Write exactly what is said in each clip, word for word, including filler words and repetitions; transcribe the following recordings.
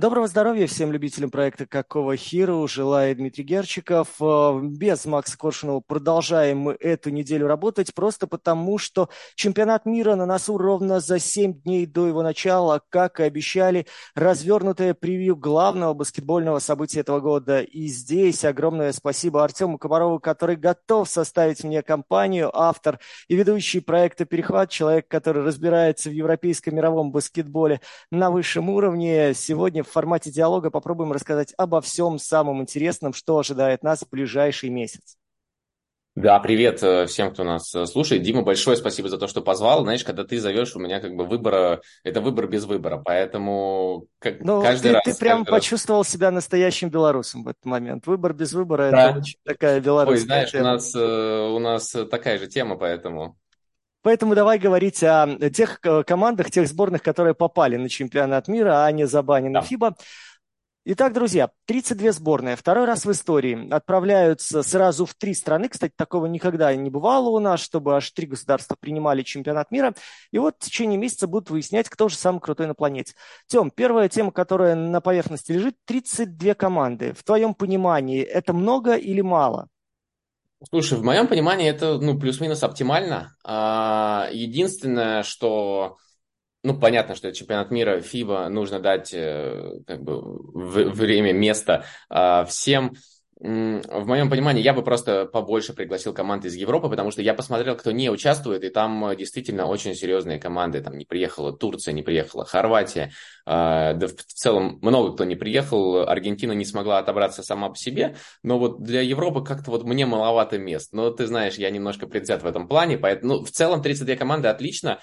Доброго здоровья всем любителям проекта «Какого Хиру» желает Дмитрий Герчиков. Э, Без Макса Коршунова продолжаем мы эту неделю работать, просто потому что чемпионат мира на носу ровно за семь дней до его начала, как и обещали, развернутое превью главного баскетбольного события этого года. И здесь огромное спасибо Артему Комарову, который готов составить мне компанию, автор и ведущий проекта «Перехват», человек, который разбирается в европейском мировом баскетболе на высшем уровне. Сегодня в формате диалога попробуем рассказать обо всем самом интересном, что ожидает нас в ближайший месяц. Да, привет э, всем, кто нас э, слушает. Дима, большое спасибо за то, что позвал. Знаешь, когда ты зовешь, у меня как бы выбора, это выбор без выбора, поэтому как, Ну, каждый ты, ты раз, прям каждый раз. почувствовал себя настоящим белорусом в этот момент. Выбор без выбора– это Да. очень такая Ой, белорусская знаешь, у тема. нас, э, у нас такая же тема, поэтому. Поэтому давай говорить о тех э, командах, тех сборных, которые попали на чемпионат мира, а не забанены Да. ФИБА. Итак, друзья, тридцать две сборные, второй раз в истории отправляются сразу в три страны. Кстати, такого никогда не бывало у нас, чтобы аж три государства принимали чемпионат мира. И вот в течение месяца будут выяснять, кто же самый крутой на планете. Тем, первая тема, которая на поверхности лежит, тридцать две команды. В твоем понимании это много или мало? Слушай, в моем понимании это, ну, плюс-минус оптимально. А, единственное, что Ну, понятно, что это чемпионат мира, ФИБА, нужно дать э, как бы в- время, место а, всем. М, В моем понимании, я бы просто побольше пригласил команд из Европы, потому что я посмотрел, кто не участвует, и там э, действительно очень серьезные команды. Там не приехала Турция, не приехала Хорватия, а, да в в целом много кто не приехал. Аргентина не смогла отобраться сама по себе, но вот для Европы как-то вот мне маловато мест. Но ты знаешь, я немножко предвзят в этом плане, поэтому ну, в целом тридцать две команды отлично.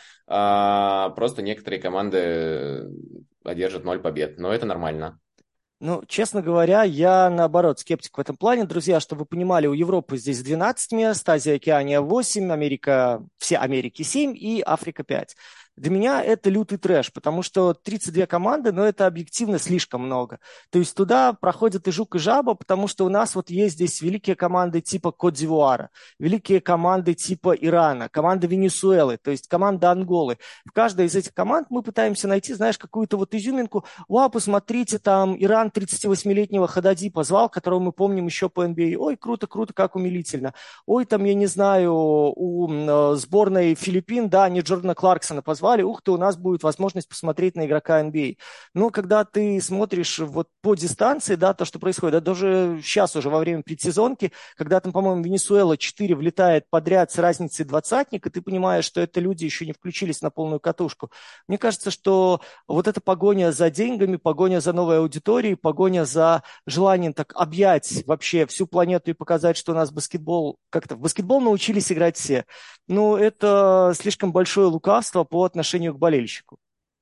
А, просто некоторые команды одержат ноль побед, но это нормально. Ну, честно говоря, я наоборот скептик в этом плане. Друзья, чтобы вы понимали, у Европы здесь двенадцать мест, Азия, Океания восемь, Америка, все Америки семь и Африка пять. Для меня это лютый трэш, потому что тридцать две команды, но это объективно слишком много. То есть туда проходят и жук, и жаба, потому что у нас вот есть здесь великие команды типа Кот-д'Ивуара, великие команды типа Ирана, команда Венесуэлы, то есть команда Анголы. В каждой из этих команд мы пытаемся найти, знаешь, какую-то вот изюминку. Вау, посмотрите, там Иран тридцативосьмилетнего Хадади позвал, которого мы помним еще по эн би эй. Ой, круто, круто, как умилительно. Ой, там, я не знаю, у э, сборной Филиппин, да, они Джордана Кларксона позвали. Ух ты, у нас будет возможность посмотреть на игрока эн би эй. Но когда ты смотришь вот по дистанции, да, то, что происходит, да, даже сейчас уже во время предсезонки, когда там, по-моему, Венесуэла четыре влетает подряд с разницей двадцатник, и ты понимаешь, что это люди еще не включились на полную катушку. Мне кажется, что вот эта погоня за деньгами, погоня за новой аудиторией, погоня за желанием так объять вообще всю планету и показать, что у нас баскетбол, как-то в баскетбол научились играть все. Ну, это слишком большое лукавство по отношению к болельщику.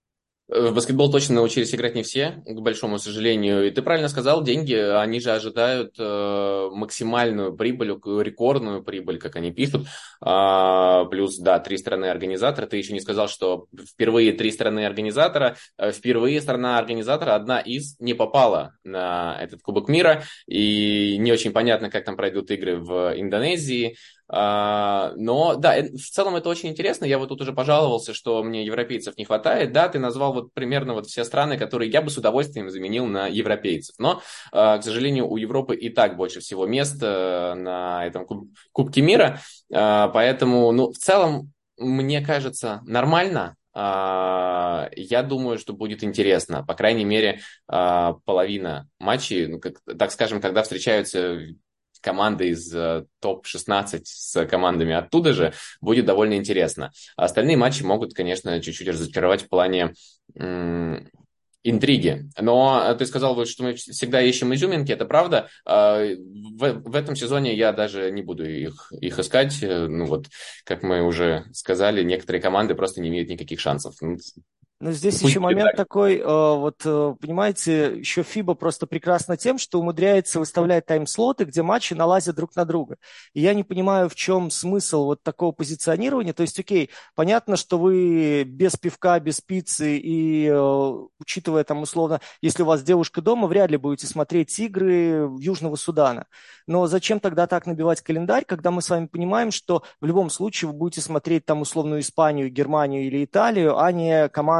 В баскетбол точно научились играть не все, к большому сожалению. И ты правильно сказал, деньги, они же ожидают э, максимальную прибыль, рекордную прибыль, как они пишут. А, плюс, да, три страны-организатора. Ты еще не сказал, что впервые три страны-организатора, э, впервые страна-организатора, одна из, не попала на этот Кубок мира. И не очень понятно, как там пройдут игры в Индонезии. А, но да, э, в целом это очень интересно. Я вот тут уже пожаловался, что мне европейцев не хватает. Да, ты назвал вот примерно вот все страны, которые я бы с удовольствием заменил на европейцев. Но, а, к сожалению, у Европы и так больше всего мест а, на этом куб- Кубке мира. А, поэтому, ну, в целом, мне кажется, нормально. А, Я думаю, что будет интересно. По крайней мере, а, половина матчей, ну, как, так скажем, когда встречаются команды из э, топ шестнадцать с командами оттуда же, будет довольно интересно. А остальные матчи могут, конечно, чуть-чуть разочаровать в плане м, интриги. Но э, ты сказал, вот, что мы всегда ищем изюминки, это правда. А, В, в этом сезоне я даже не буду их, их искать. Э, Ну вот, как мы уже сказали, некоторые команды просто не имеют никаких шансов. Ну, Но здесь пусть еще будет момент так. такой, э, вот, э, понимаете, еще ФИБА просто прекрасно тем, что умудряется выставлять тайм-слоты, где матчи налазят друг на друга. И я не понимаю, в чем смысл вот такого позиционирования. То есть, окей, понятно, что вы без пивка, без пиццы и, э, учитывая там условно, если у вас девушка дома, вряд ли будете смотреть игры Южного Судана. Но зачем тогда так набивать календарь, когда мы с вами понимаем, что в любом случае вы будете смотреть там условную Испанию, Германию или Италию, а не команду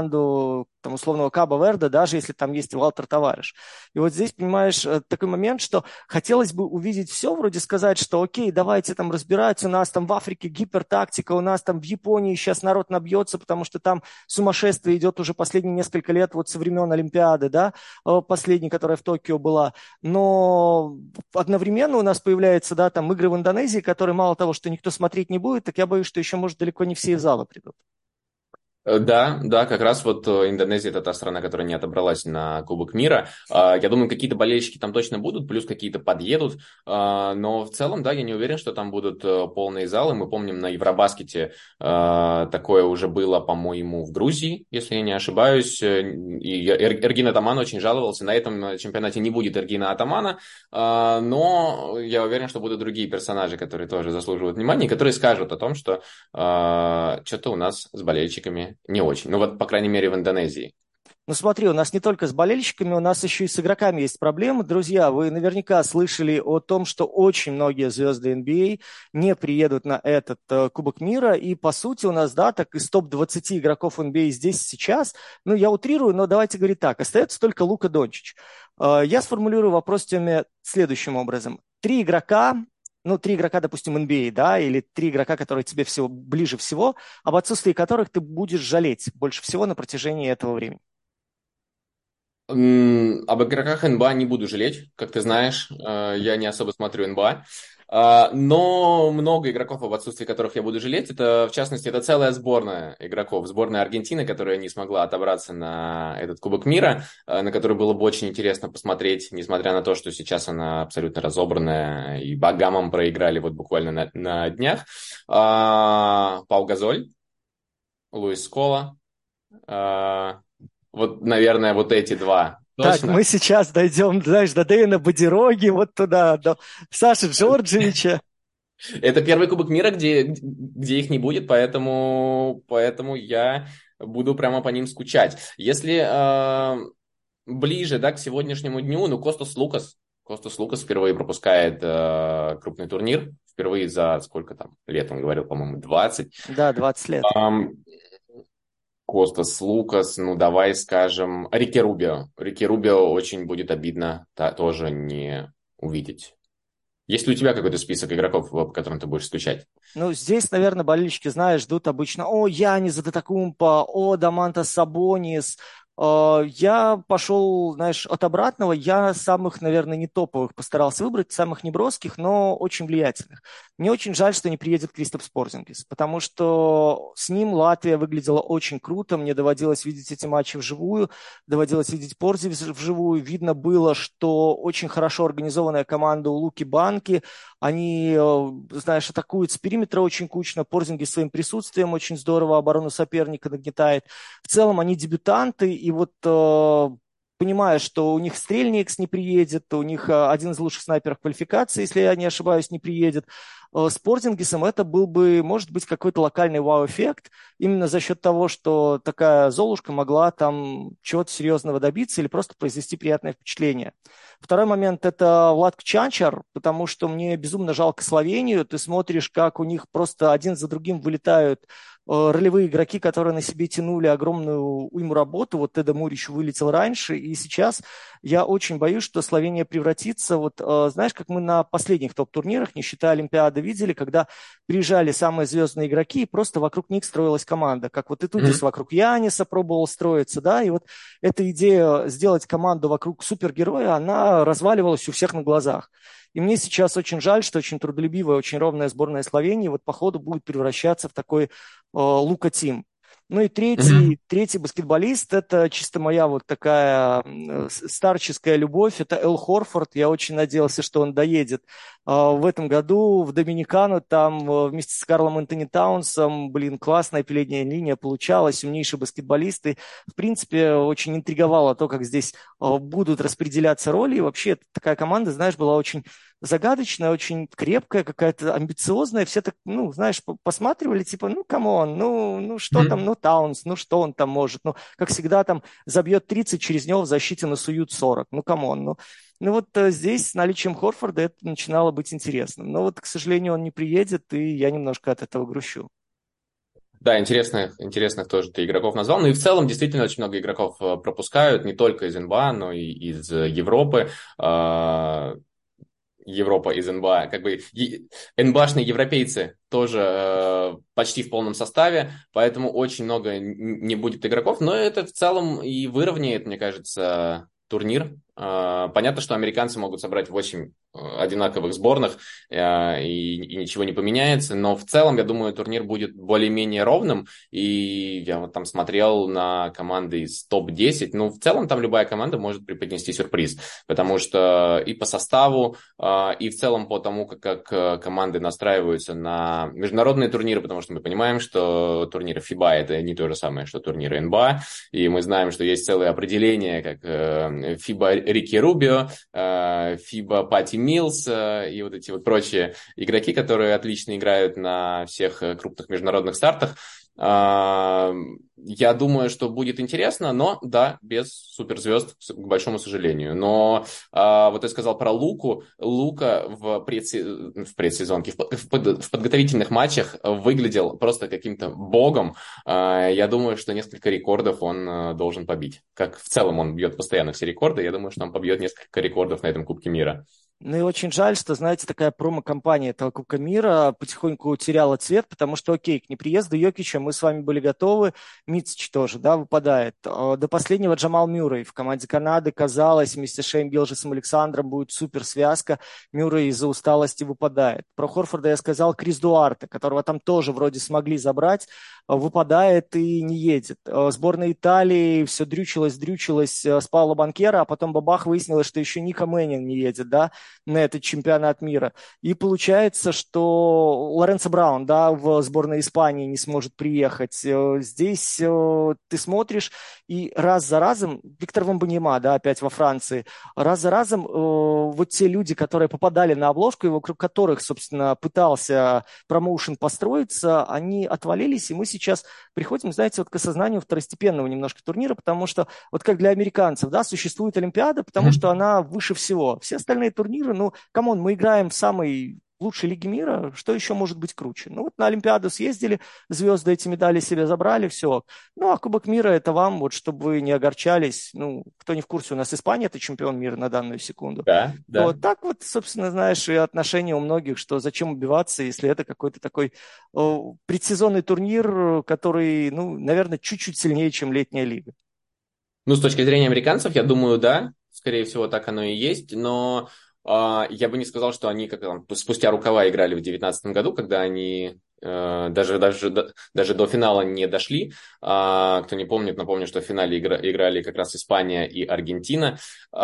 команду там, условного Кабо Верде, даже если там есть Валтер Тавареш. И вот здесь, понимаешь, такой момент, что хотелось бы увидеть все, вроде сказать, что окей, давайте там разбирать, у нас там в Африке гипертактика, у нас там в Японии сейчас народ набьется, потому что там сумасшествие идет уже последние несколько лет, вот со времен Олимпиады, да, последней, которая в Токио была. Но одновременно у нас появляются, да, там игры в Индонезии, которые мало того, что никто смотреть не будет, так я боюсь, что еще, может, далеко не все из зала придут. Да, да, как раз вот э, Индонезия – это та страна, которая не отобралась на Кубок мира. А, Я думаю, какие-то болельщики там точно будут, плюс какие-то подъедут. А, Но в целом, да, я не уверен, что там будут э, полные залы. Мы помним, на Евробаскете э, такое уже было, по-моему, в Грузии, если я не ошибаюсь. Э, И Эр- Эргин Атаман очень жаловался. На этом чемпионате не будет Эргина Атамана. А, Но я уверен, что будут другие персонажи, которые тоже заслуживают внимания, и которые скажут о том, что а, что-то у нас с болельщиками не очень. Ну вот, по крайней мере, в Индонезии. Ну смотри, у нас не только с болельщиками, у нас еще и с игроками есть проблемы. Друзья, вы наверняка слышали о том, что очень многие звезды Н Би Эй не приедут на этот э, Кубок мира. И по сути у нас, да, так из топ двадцати игроков Н Би Эй здесь сейчас, ну я утрирую, но давайте говорить так, остается только Лука Дончич. Э, я сформулирую вопрос Теме следующим образом. Три игрока, ну, три игрока, допустим, Н Би Эй, да, или три игрока, которые тебе всего, ближе всего, об отсутствии которых ты будешь жалеть больше всего на протяжении этого времени. М, Об игроках Н Бэ А не буду жалеть, как ты знаешь, э, я не особо смотрю Н Бэ А. А, Но много игроков, об отсутствии которых я буду жалеть, это, в частности, это целая сборная игроков. Сборная Аргентины, которая не смогла отобраться на этот Кубок мира, э, на который было бы очень интересно посмотреть, несмотря на то, что сейчас она абсолютно разобранная, и Багамам проиграли вот буквально на, на днях. А, Пау Газоль, Луис Скола. А, Вот, наверное, вот эти два Так, точно. мы сейчас дойдем, знаешь, до Дэйна Бодироги, вот туда, до Саши Джорджевича. Это первый Кубок мира, где, где их не будет, поэтому, поэтому я буду прямо по ним скучать. Если э, ближе, да, к сегодняшнему дню, ну, Костас Лукас. Костас Лукас впервые пропускает э, крупный турнир. Впервые за сколько там лет, он говорил, по-моему, двадцать. Да, двадцать лет. Ам, Костас Лукас, ну давай скажем, Рике Рубио. Рике Рубио очень будет обидно та- тоже не увидеть. Есть ли у тебя какой-то список игроков, по которым ты будешь скучать? Ну, здесь, наверное, болельщики, знаешь, ждут обычно, о, Янис Адетокумпо, о, Домантас Сабонис. Э, Я пошел, знаешь, от обратного. Я самых, наверное, не топовых постарался выбрать, самых неброских, но очень влиятельных. Мне очень жаль, что не приедет Кристопс Порзингис, потому что с ним Латвия выглядела очень круто. Мне доводилось видеть эти матчи вживую, доводилось видеть Порзингис вживую. Видно было, что очень хорошо организованная команда у Луки Банки. Они, э, знаешь, атакуют с периметра очень кучно. Порзингис своим присутствием очень здорово оборону соперника нагнетает. В целом они дебютанты, и вот э, понимая, что у них Стрельникс не приедет, у них э, один из лучших снайперов квалификации, если я не ошибаюсь, не приедет, э, с Порзингисом это был бы, может быть, какой-то локальный вау-эффект, именно за счет того, что такая Золушка могла там чего-то серьезного добиться или просто произвести приятное впечатление. Второй момент – это Владко Чанчар, потому что мне безумно жалко Словению. Ты смотришь, как у них просто один за другим вылетают э, ролевые игроки, которые на себе тянули огромную уйму работы. Вот Теда Мурич вылетел раньше, и сейчас я очень боюсь, что Словения превратится, вот э, знаешь, как мы на последних топ-турнирах, не считая Олимпиады, видели, когда приезжали самые звездные игроки, и просто вокруг них строилась команда, как вот и Тутис Мгм. вокруг Яниса пробовал строиться, да, и вот эта идея сделать команду вокруг супергероя, она разваливалась у всех на глазах. И мне сейчас очень жаль, что очень трудолюбивая, очень ровная сборная Словении вот по ходу будет превращаться в такой э, Лука-тим. Ну и Мгм. третий, третий баскетболист, это чисто моя вот такая э, старческая любовь, это Эл Хорфорд. Я очень надеялся, что он доедет э, в этом году в Доминикану, там э, вместе с Карлом Антони Таунсом, блин, классная передняя линия получалась, умнейшие баскетболисты. В принципе, очень интриговало то, как здесь э, будут распределяться роли. И вообще, такая команда, знаешь, была очень загадочная, очень крепкая, какая-то амбициозная. Все так, ну, знаешь, посматривали, типа, ну, камон, ну, ну, что там, Мгм. ну, Таунс, ну, что он там может? Ну, как всегда, там забьет тридцать, через него в защите насуют сорок. Ну, камон, ну. Ну, вот э, здесь с наличием Хорфорда это начинало быть интересным. Но вот, к сожалению, он не приедет, и я немножко от этого грущу. Да, интересных, интересных тоже ты игроков назвал. Ну и в целом действительно очень много игроков э, пропускают, не только из эн бэ а, но и из э, Европы. А, Европа из эн бэ а. Как бы е- эн бэ ашные европейцы тоже э, почти в полном составе, поэтому очень много н- не будет игроков. Но это в целом и выровняет, мне кажется, турнир. Э, понятно, что американцы могут собрать восемь э, одинаковых сборных, э, и, и ничего не поменяется, но в целом, я думаю, турнир будет более-менее ровным, и я вот там смотрел на команды из топ десять, ну, в целом там любая команда может преподнести сюрприз, потому что и по составу, э, и в целом по тому, как, как э, команды настраиваются на международные турниры, потому что мы понимаем, что турниры фиба это не то же самое, что турниры эн бэ а, и мы знаем, что есть целые определения, как э, фиба Рики Рубио, э, фиба Пати Милс э, и вот эти вот прочие игроки, которые отлично играют на всех э, крупных международных стартах. Э, я думаю, что будет интересно, но да, без суперзвезд, к большому сожалению. Но э, вот я сказал про Луку. Лука в, предсе... в предсезонке, в, в, под... в подготовительных матчах выглядел просто каким-то богом. Э, я думаю, что несколько рекордов он э, должен побить. Как в целом он бьет постоянно все рекорды, я думаю, что он побьет несколько рекордов на этом Кубке мира. Ну и очень жаль, что, знаете, такая промо-компания этого Кубка мира потихоньку теряла цвет, потому что, окей, к неприезду Йокича мы с вами были готовы, Мицич тоже, да, выпадает. А до последнего Джамал Мюррей в команде Канады, казалось, вместе с Шеем Гилжесом Александром будет супер связка, Мюррей из-за усталости выпадает. Про Хорфорда я сказал, Крис Дуарте, которого там тоже вроде смогли забрать, выпадает и не едет. Сборная Италии все дрючилась, дрючилась с Пауло Банкера, а потом бабах выяснилось, что еще Ника Мэннин не едет, да, на этот чемпионат мира. И получается, что Лоренцо Браун, да, в сборной Испании не сможет приехать. Э, Здесь э, ты смотришь, и раз за разом, Виктор Вамбаньяма, да, опять во Франции, раз за разом э, вот те люди, которые попадали на обложку, и вокруг которых, собственно, пытался промоушен построиться, они отвалились, и мы сейчас приходим, знаете, вот к осознанию второстепенного немножко турнира, потому что вот как для американцев, да, существует Олимпиада, потому что она выше всего. Все остальные турниры, ну, камон, мы играем в самой лучшей лиге мира, что еще может быть круче? Ну, вот на Олимпиаду съездили, звезды эти медали себе забрали, все. Ну, а Кубок мира это вам, вот, чтобы вы не огорчались. Ну, кто не в курсе, у нас Испания это чемпион мира на данную секунду. Да, да. Вот так вот, собственно, знаешь, и отношение у многих, что зачем убиваться, если это какой-то такой о, предсезонный турнир, который, ну, наверное, чуть-чуть сильнее, чем летняя лига. Ну, с точки зрения американцев, я думаю, да, скорее всего, так оно и есть, но а, я бы не сказал, что они как там, спустя рукава играли в две тысячи девятнадцатом году, когда они э, даже, даже, до- даже до финала не дошли. А, кто не помнит, напомню, что в финале игра- играли как раз Испания и Аргентина.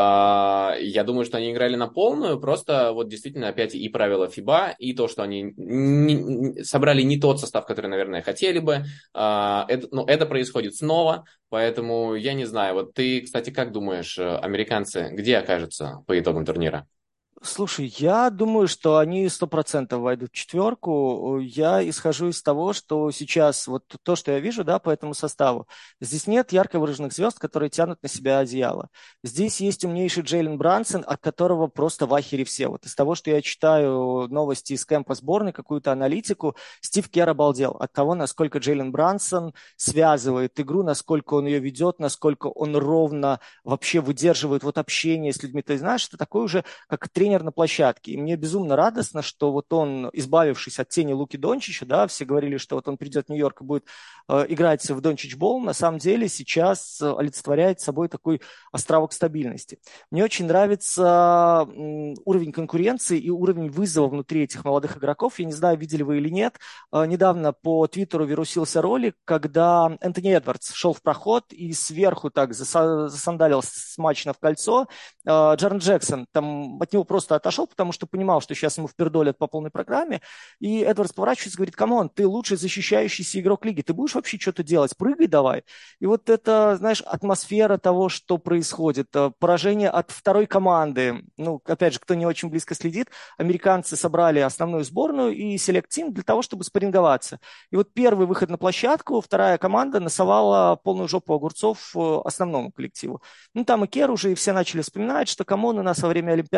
А, я думаю, что они играли на полную, просто вот действительно опять и правила фиба, и то, что они не- не- собрали не тот состав, который, наверное, хотели бы. А, это, ну, это происходит снова. Поэтому я не знаю. Вот ты, кстати, как думаешь, э, американцы где окажутся по итогам турнира? Слушай, я думаю, что они сто процентов войдут в четверку. Я исхожу из того, что сейчас, вот то, что я вижу, да, по этому составу, здесь нет ярко выраженных звезд, которые тянут на себя одеяло. Здесь есть умнейший Джейлен Брансон, от которого просто в ахере все. Вот из того, что я читаю новости из кемпа сборной, какую-то аналитику, Стив Керр обалдел от того, насколько Джейлен Брансон связывает игру, насколько он ее ведет, насколько он ровно вообще выдерживает вот общение с людьми. Ты знаешь, это такой уже как тренер на площадке. И мне безумно радостно, что вот он, избавившись от тени Луки Дончича, да, все говорили, что вот он придет в Нью-Йорк и будет э, играть в Дончич-бол, на самом деле сейчас э, олицетворяет собой такой островок стабильности. Мне очень нравится м, уровень конкуренции и уровень вызова внутри этих молодых игроков. Я не знаю, видели вы или нет, э, недавно по Твиттеру вирусился ролик, когда Энтони Эдвардс шел в проход и сверху так заса- засандалил смачно в кольцо. Э, Джарен Джексон там от него просто отошел, потому что понимал, что сейчас ему впердолят по полной программе. И Эдвардс поворачивается и говорит: камон, ты лучший защищающийся игрок лиги, ты будешь вообще что-то делать? Прыгай давай. И вот это, знаешь, атмосфера того, что происходит, э, поражение от второй команды. Ну, опять же, кто не очень близко следит, американцы собрали основную сборную и селект-тим для того, чтобы спарринговаться. И вот первый выход на площадку, вторая команда насовала полную жопу огурцов э, основному коллективу. Ну, там и Кер уже, и все начали вспоминать, что камон, у нас во время Олимпиады, когда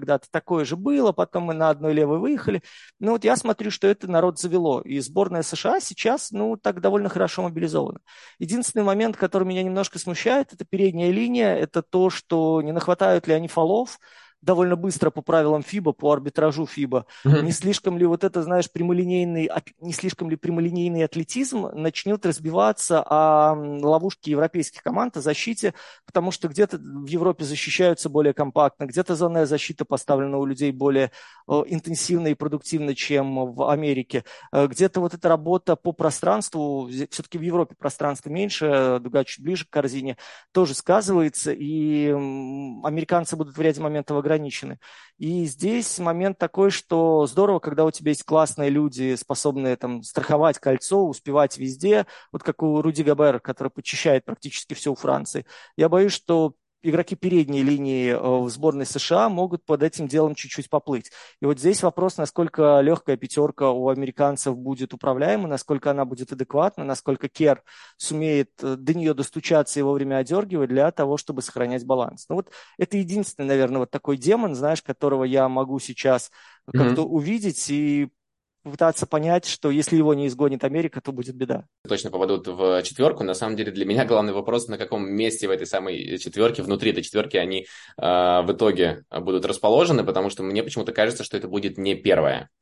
когда-то такое же было, потом мы на одной левой выехали. Ну вот я смотрю, что это народ завело. И сборная США сейчас, ну, так довольно хорошо мобилизована. Единственный момент, который меня немножко смущает, это передняя линия, это то, что не нахватают ли они фолов довольно быстро по правилам ФИБА, по арбитражу ФИБА. Не слишком ли вот это, знаешь, прямолинейный, не слишком ли прямолинейный атлетизм начнет разбиваться о ловушке европейских команд, о защите, потому что где-то в Европе защищаются более компактно, где-то зонная защита поставлена у людей более э, интенсивно и продуктивно, чем в Америке. Э, где-то вот эта работа по пространству, все-таки в Европе пространство меньше, дуга чуть ближе к корзине, тоже сказывается, и э, американцы будут в ряде моментов ограничены. И здесь момент такой, что здорово, когда у тебя есть классные люди, способные там страховать кольцо, успевать везде, вот как у Руди Гобера, который почищает практически все у Франции. Я боюсь, что игроки передней линии в сборной США могут под этим делом чуть-чуть поплыть. И вот здесь вопрос, насколько легкая пятерка у американцев будет управляема, насколько она будет адекватна, насколько Кер сумеет до нее достучаться и вовремя одергивать для того, чтобы сохранять баланс. Ну вот это единственный, наверное, вот такой демон, знаешь, которого я могу сейчас как-то Mm-hmm. увидеть и пытаться понять, что если его не изгонит Америка, то будет беда. Точно попадут в четверку. На самом деле для меня главный вопрос, на каком месте в этой самой четверке, внутри этой четверки они э, в итоге будут расположены, потому что мне почему-то кажется, что это будет не первая.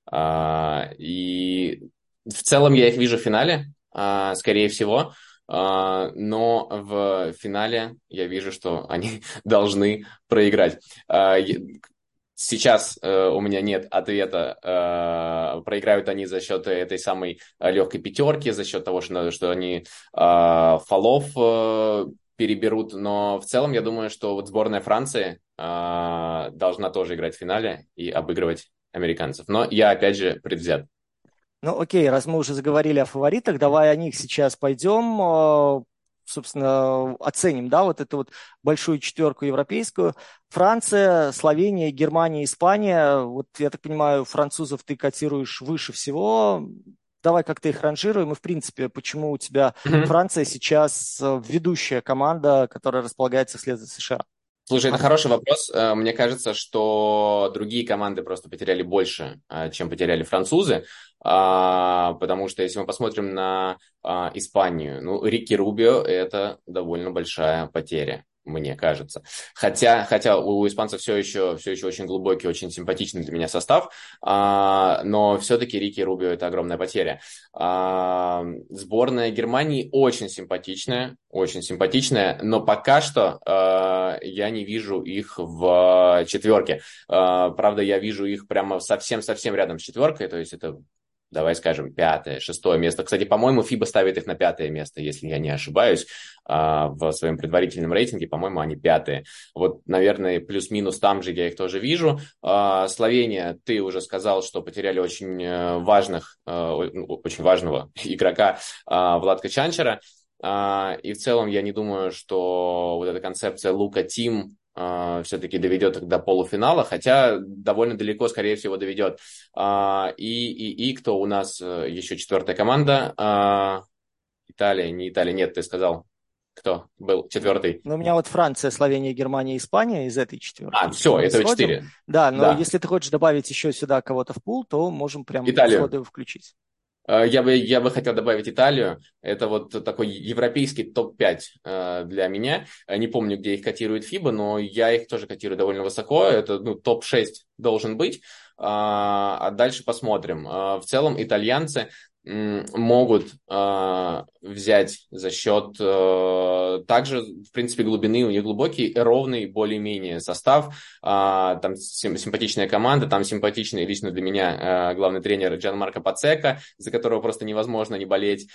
Э, и в целом я их вижу в финале, э, скорее всего, э, но в финале я вижу, что они должны проиграть. Э, Сейчас э, у меня нет ответа, э, проиграют они за счет этой самой легкой пятерки, за счет того, что, что они э, фолов э, переберут, но в целом я думаю, что вот сборная Франции э, должна тоже играть в финале и обыгрывать американцев. Но я, опять же, предвзят. Ну, окей, раз мы уже заговорили о фаворитах, давай о них сейчас пойдем, собственно, оценим, да, вот эту вот большую четверку европейскую. Франция, Словения, Германия, Испания. Вот, я так понимаю, французов ты котируешь выше всего. Давай как-то их ранжируем. И, в принципе, почему у тебя Франция сейчас ведущая команда, которая располагается вслед за США? Слушай, это хороший вопрос. Мне кажется, что другие команды просто потеряли больше, чем потеряли французы, потому что если мы посмотрим на Испанию, ну, Рики Рубио – это довольно большая потеря, мне кажется. Хотя, хотя у испанцев все еще, все еще очень глубокий, очень симпатичный для меня состав, но все-таки Рики Рубио – это огромная потеря. Сборная Германии очень симпатичная, очень симпатичная, но пока что я не вижу их в четверке. Правда, я вижу их прямо совсем-совсем рядом с четверкой, то есть это, давай скажем, пятое, шестое место. Кстати, по-моему, ФИБА ставит их на пятое место, если я не ошибаюсь, в своем предварительном рейтинге, по-моему, они пятые. Вот, наверное, плюс-минус там же я их тоже вижу. Словения, ты уже сказал, что потеряли очень важных, очень важного игрока Владка Чанчера. И в целом я не думаю, что вот эта концепция Лука Тим все-таки доведет их до полуфинала, хотя довольно далеко, скорее всего, доведет. И, и, и кто у нас еще четвертая команда? Италия, не Италия, нет, ты сказал. Кто был четвертый? Ну, у меня вот Франция, Словения, Германия, Испания из этой четверки. А, все, это четыре. Да, но да. Если ты хочешь добавить еще сюда кого-то в пул, то можем прям сходу включить. Я бы, я бы хотел добавить Италию. Это вот такой европейский топ пять для меня. Не помню, где их котирует ФИБА, но я их тоже котирую довольно высоко. Это ну, топ шесть должен быть. А дальше посмотрим. В целом итальянцы могут э, взять за счет э, также, в принципе, глубины, у них глубокий, ровный, более-менее состав, э, там сим- симпатичная команда, там симпатичный лично для меня э, главный тренер Джанмарко Пацека, за которого просто невозможно не болеть.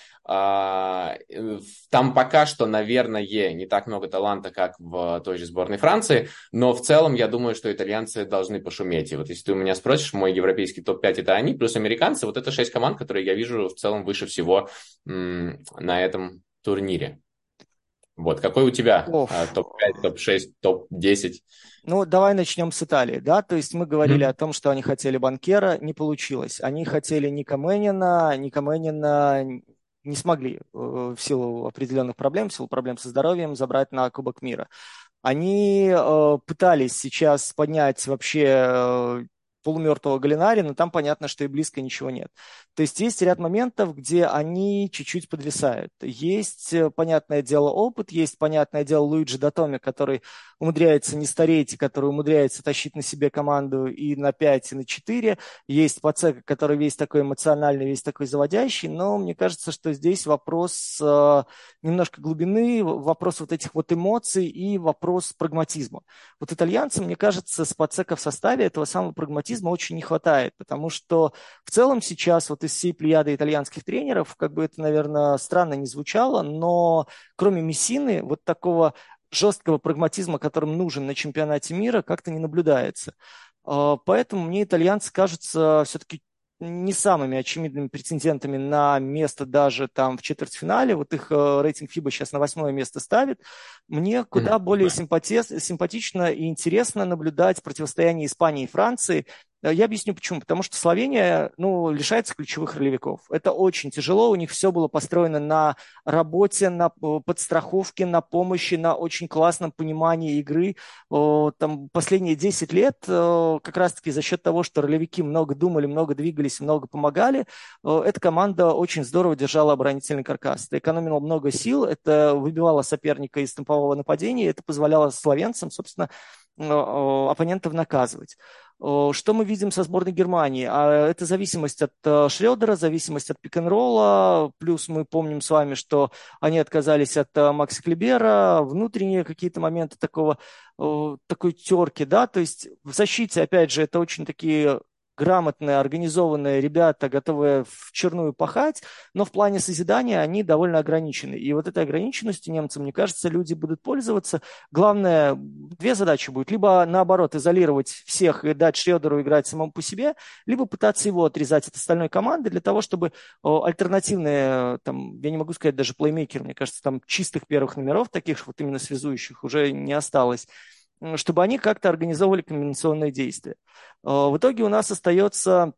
Э, там пока что, наверное, не так много таланта, как в той же сборной Франции, но в целом я думаю, что итальянцы должны пошуметь. И вот если ты у меня спросишь, мой европейский топ пять это они, плюс американцы, вот это шесть команд, которые я вижу в целом выше всего м, на этом турнире. Вот, какой у тебя топ пять, топ шесть, топ десять? Ну, давай начнем с Италии, да, то есть мы говорили mm-hmm. о том, что они хотели банкера, не получилось. Они хотели Ника Мэннина, Ника Мэннина не смогли в силу определенных проблем, в силу проблем со здоровьем забрать на Кубок мира. Они э, пытались сейчас поднять вообще э, полумертвого Галинари, но там понятно, что и близко ничего нет. То есть есть ряд моментов, где они чуть-чуть подвисают. Есть, э, понятное дело, опыт, есть, понятное дело, Луиджи Датоми, который умудряется не стареть, и который умудряется тащить на себе команду и на пять, и на четыре. Есть Пацека, который весь такой эмоциональный, весь такой заводящий, но мне кажется, что здесь вопрос э, немножко глубины, вопрос вот этих вот эмоций и вопрос прагматизма. Вот итальянцам, мне кажется, с Пацека в составе этого самого прагматизма очень не хватает, потому что в целом сейчас вот из всей плеяды итальянских тренеров, как бы это, наверное, странно не звучало, но кроме Мессины, вот такого жесткого прагматизма, которым нужен на чемпионате мира, как-то не наблюдается. А, Поэтому мне итальянцы кажутся все-таки не самыми очевидными претендентами на место даже там в четвертьфинале. Вот их э, рейтинг фиба сейчас на восьмое место ставит. Мне Мгм. куда более симпатез- симпатично и интересно наблюдать противостояние Испании и Франции. Э, Я объясню почему. Потому что Словения, ну, лишается ключевых ролевиков. Это очень тяжело. У них все было построено на работе, на э, подстраховке, на помощи, на очень классном понимании игры. О, Там последние десять лет э, как раз-таки за счет того, что ролевики много думали, много двигались, много помогали, э, эта команда очень здорово держала оборонительный каркас. Это экономило много сил, это выбивало соперника из темпового нападения, это позволяло словенцам, собственно, э, э, оппонентов наказывать. О, Что мы видим со сборной Германии? А Это зависимость от э, Шредера, зависимость от пик-н-ролла, плюс мы помним с вами, что они отказались от э, Макса Клибера, внутренние какие-то моменты такого, э, такой терки, да, то есть в защите, опять же, это очень такие грамотные, организованные ребята, готовые вчерную пахать, но в плане созидания они довольно ограничены. И вот этой ограниченностью немцы, мне кажется, люди будут пользоваться. Главное, две задачи будет. Либо, наоборот, изолировать всех и дать Шредеру играть самому по себе, либо пытаться его отрезать от остальной команды для того, чтобы о, альтернативные, там, я не могу сказать даже плеймейкеры, мне кажется, там чистых первых номеров, таких вот именно связующих, уже не осталось, м, чтобы они как-то организовывали комбинационные действия. Э, В итоге у нас остается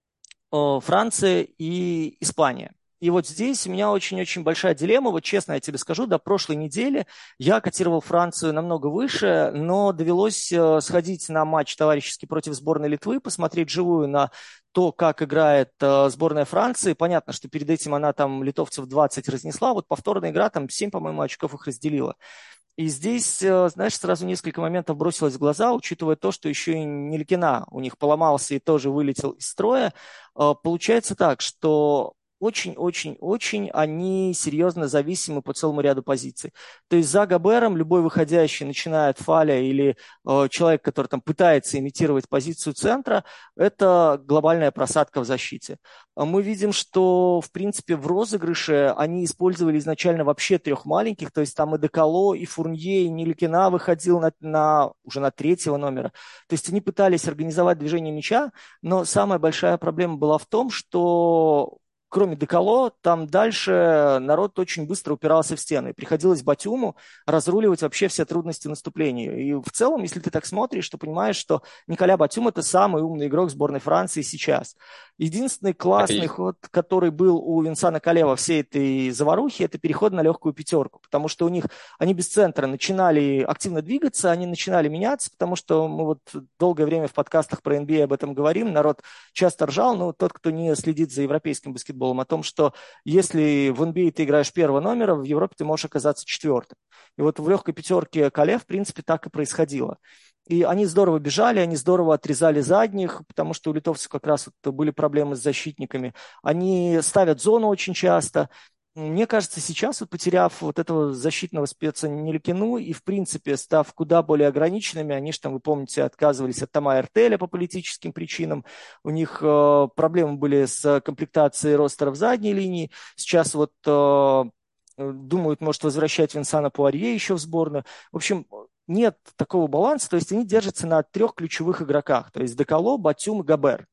э, Франция и Испания. И вот здесь у меня очень-очень большая дилемма. Вот честно я тебе скажу, до прошлой недели я котировал Францию намного выше, но довелось э, сходить на матч товарищеский против сборной Литвы, посмотреть живую на то, как играет э, сборная Франции. Понятно, что перед этим она там литовцев двадцать разнесла. Вот повторная игра, там семь, по-моему, очков их разделила. И здесь, э, знаешь, сразу несколько моментов бросилось в глаза, учитывая то, что еще и Нелькина у них поломался и тоже вылетел из строя. Э, Получается так, что очень-очень-очень они серьезно зависимы по целому ряду позиций. То есть за Габером любой выходящий, начиная от Фаля или э, человек, который там пытается имитировать позицию центра, это глобальная просадка в защите. А Мы видим, что, в принципе, в розыгрыше они использовали изначально вообще трех маленьких, то есть там и Деколо, и Фурнье, и Ниликина выходил на, на, уже на третьего номера. То есть они пытались организовать движение мяча, но самая большая проблема была в том, что кроме Деколо, там дальше народ очень быстро упирался в стены. И приходилось Батюму разруливать вообще все трудности наступления. И в целом, если ты так смотришь, то понимаешь, что Николя Батюм – это самый умный игрок сборной Франции сейчас. Единственный классный Отлично. ход, который был у Винсана Коле во всей этой заварухе, это переход на легкую пятерку, потому что у них, они без центра начинали активно двигаться, они начинали меняться, потому что мы вот долгое время в подкастах про эн би эй об этом говорим, народ часто ржал, но тот, кто не следит за европейским баскетболом, о том, что если в эн би эй ты играешь первого номера, в Европе ты можешь оказаться четвертым. И вот в легкой пятерке Коле, в принципе, так и происходило. И они здорово бежали, они здорово отрезали задних, потому что у литовцев как раз вот были проблемы с защитниками. Они ставят зону очень часто. Мне кажется, сейчас, вот потеряв вот этого защитного спеца Нелькину и, в принципе, став куда более ограниченными, они же там, вы помните, отказывались от Тома Эртеля по политическим причинам, у них э, проблемы были с комплектацией ростера в задней линии, сейчас вот э, думают, может, возвращать Винсана Пуарье еще в сборную. В общем, нет такого баланса, то есть они держатся на трех ключевых игроках, то есть Деколо, Батюм и Габер.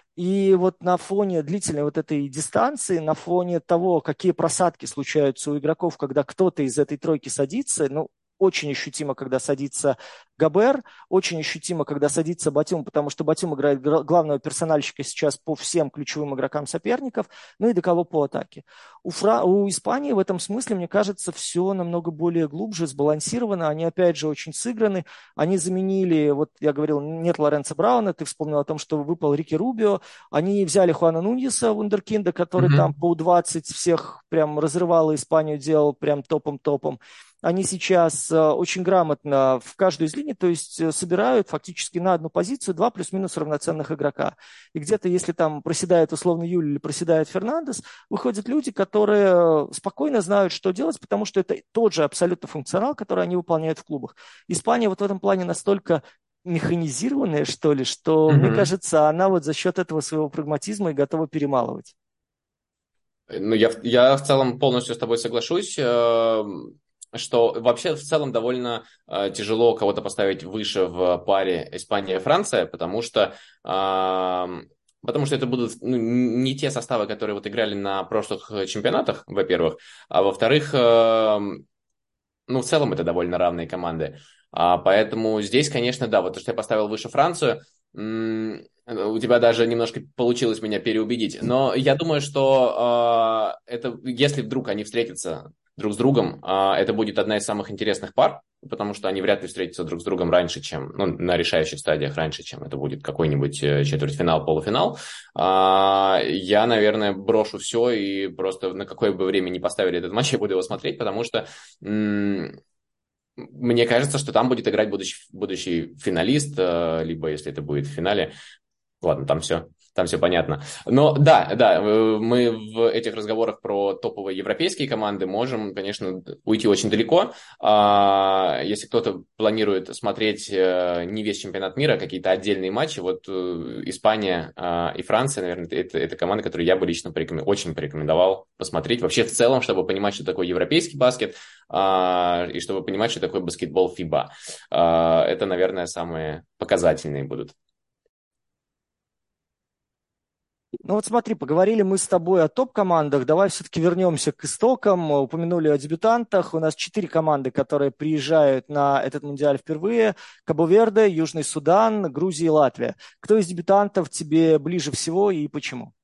И вот на фоне длительной вот этой дистанции, на фоне того, какие просадки случаются у игроков, когда кто-то из этой тройки садится, ну, очень ощутимо, когда садится Гобер, очень ощутимо, когда садится Батюм, потому что Батюм играет главного персональщика сейчас по всем ключевым игрокам соперников, ну и Деколо по атаке. У, Фра... у Испании в этом смысле, мне кажется, все намного более глубже, сбалансировано. Они, опять же, очень сыграны. Они заменили, вот я говорил, нет Лоренцо Брауна, ты вспомнил о том, что выпал Рики Рубио. Они взяли Хуана Нуньеса, вундеркинда, который там по У двадцать всех прям разрывал и Испанию, делал прям топом-топом. Они сейчас э, очень грамотно в каждую из линий, то есть э, собирают фактически на одну позицию два плюс-минус равноценных игрока. И где-то, если там проседает условно Юль или проседает Фернандес, выходят люди, которые спокойно знают, что делать, потому что это тот же абсолютно функционал, который они выполняют в клубах. Испания вот в этом плане настолько механизированная, что ли, что, мне Угу. кажется, она вот за счет этого своего прагматизма и готова перемалывать. Ну, я, в- я в целом полностью с тобой соглашусь, э, что вообще в целом довольно э, тяжело кого-то поставить выше в паре Испания-Франция, потому что, э, потому что это будут ну, не те составы, которые вот играли на прошлых чемпионатах, во-первых, а во-вторых, э, ну, в целом это довольно равные команды. А, поэтому здесь, конечно, да, вот то, что я поставил выше Францию, м, у тебя даже немножко получилось меня переубедить. Но я думаю, что а, это, если вдруг они встретятся друг с другом, а, это будет одна из самых интересных пар, потому что они вряд ли встретятся друг с другом раньше, чем, ну, на решающих стадиях раньше, чем это будет какой-нибудь э, четвертьфинал, полуфинал. А, я, наверное, брошу все и просто на какое бы время не поставили этот матч, я буду его смотреть, потому что м, мне кажется, что там будет играть будущий, будущий финалист, э, либо если это будет в финале. Ладно, там все, там все понятно. Но да, да, э, мы в этих разговорах про топовые европейские команды можем, конечно, уйти очень далеко. А, Если кто-то планирует смотреть э, не весь чемпионат мира, а какие-то отдельные матчи, вот э, Испания а, и Франция, наверное, это, это команды, которые я бы лично порекомен- очень порекомендовал посмотреть. Вообще в целом, чтобы понимать, что такое европейский баскет, а, и чтобы понимать, что такое баскетбол фиба. А, Это, наверное, самые показательные будут. Ну вот смотри, поговорили мы с тобой о топ-командах, давай все-таки вернемся к истокам, упомянули о дебютантах, у нас четыре команды, которые приезжают на этот мундиаль впервые: Кабо-Верде, Южный Судан, Грузия и Латвия. Кто из дебютантов тебе ближе всего и почему?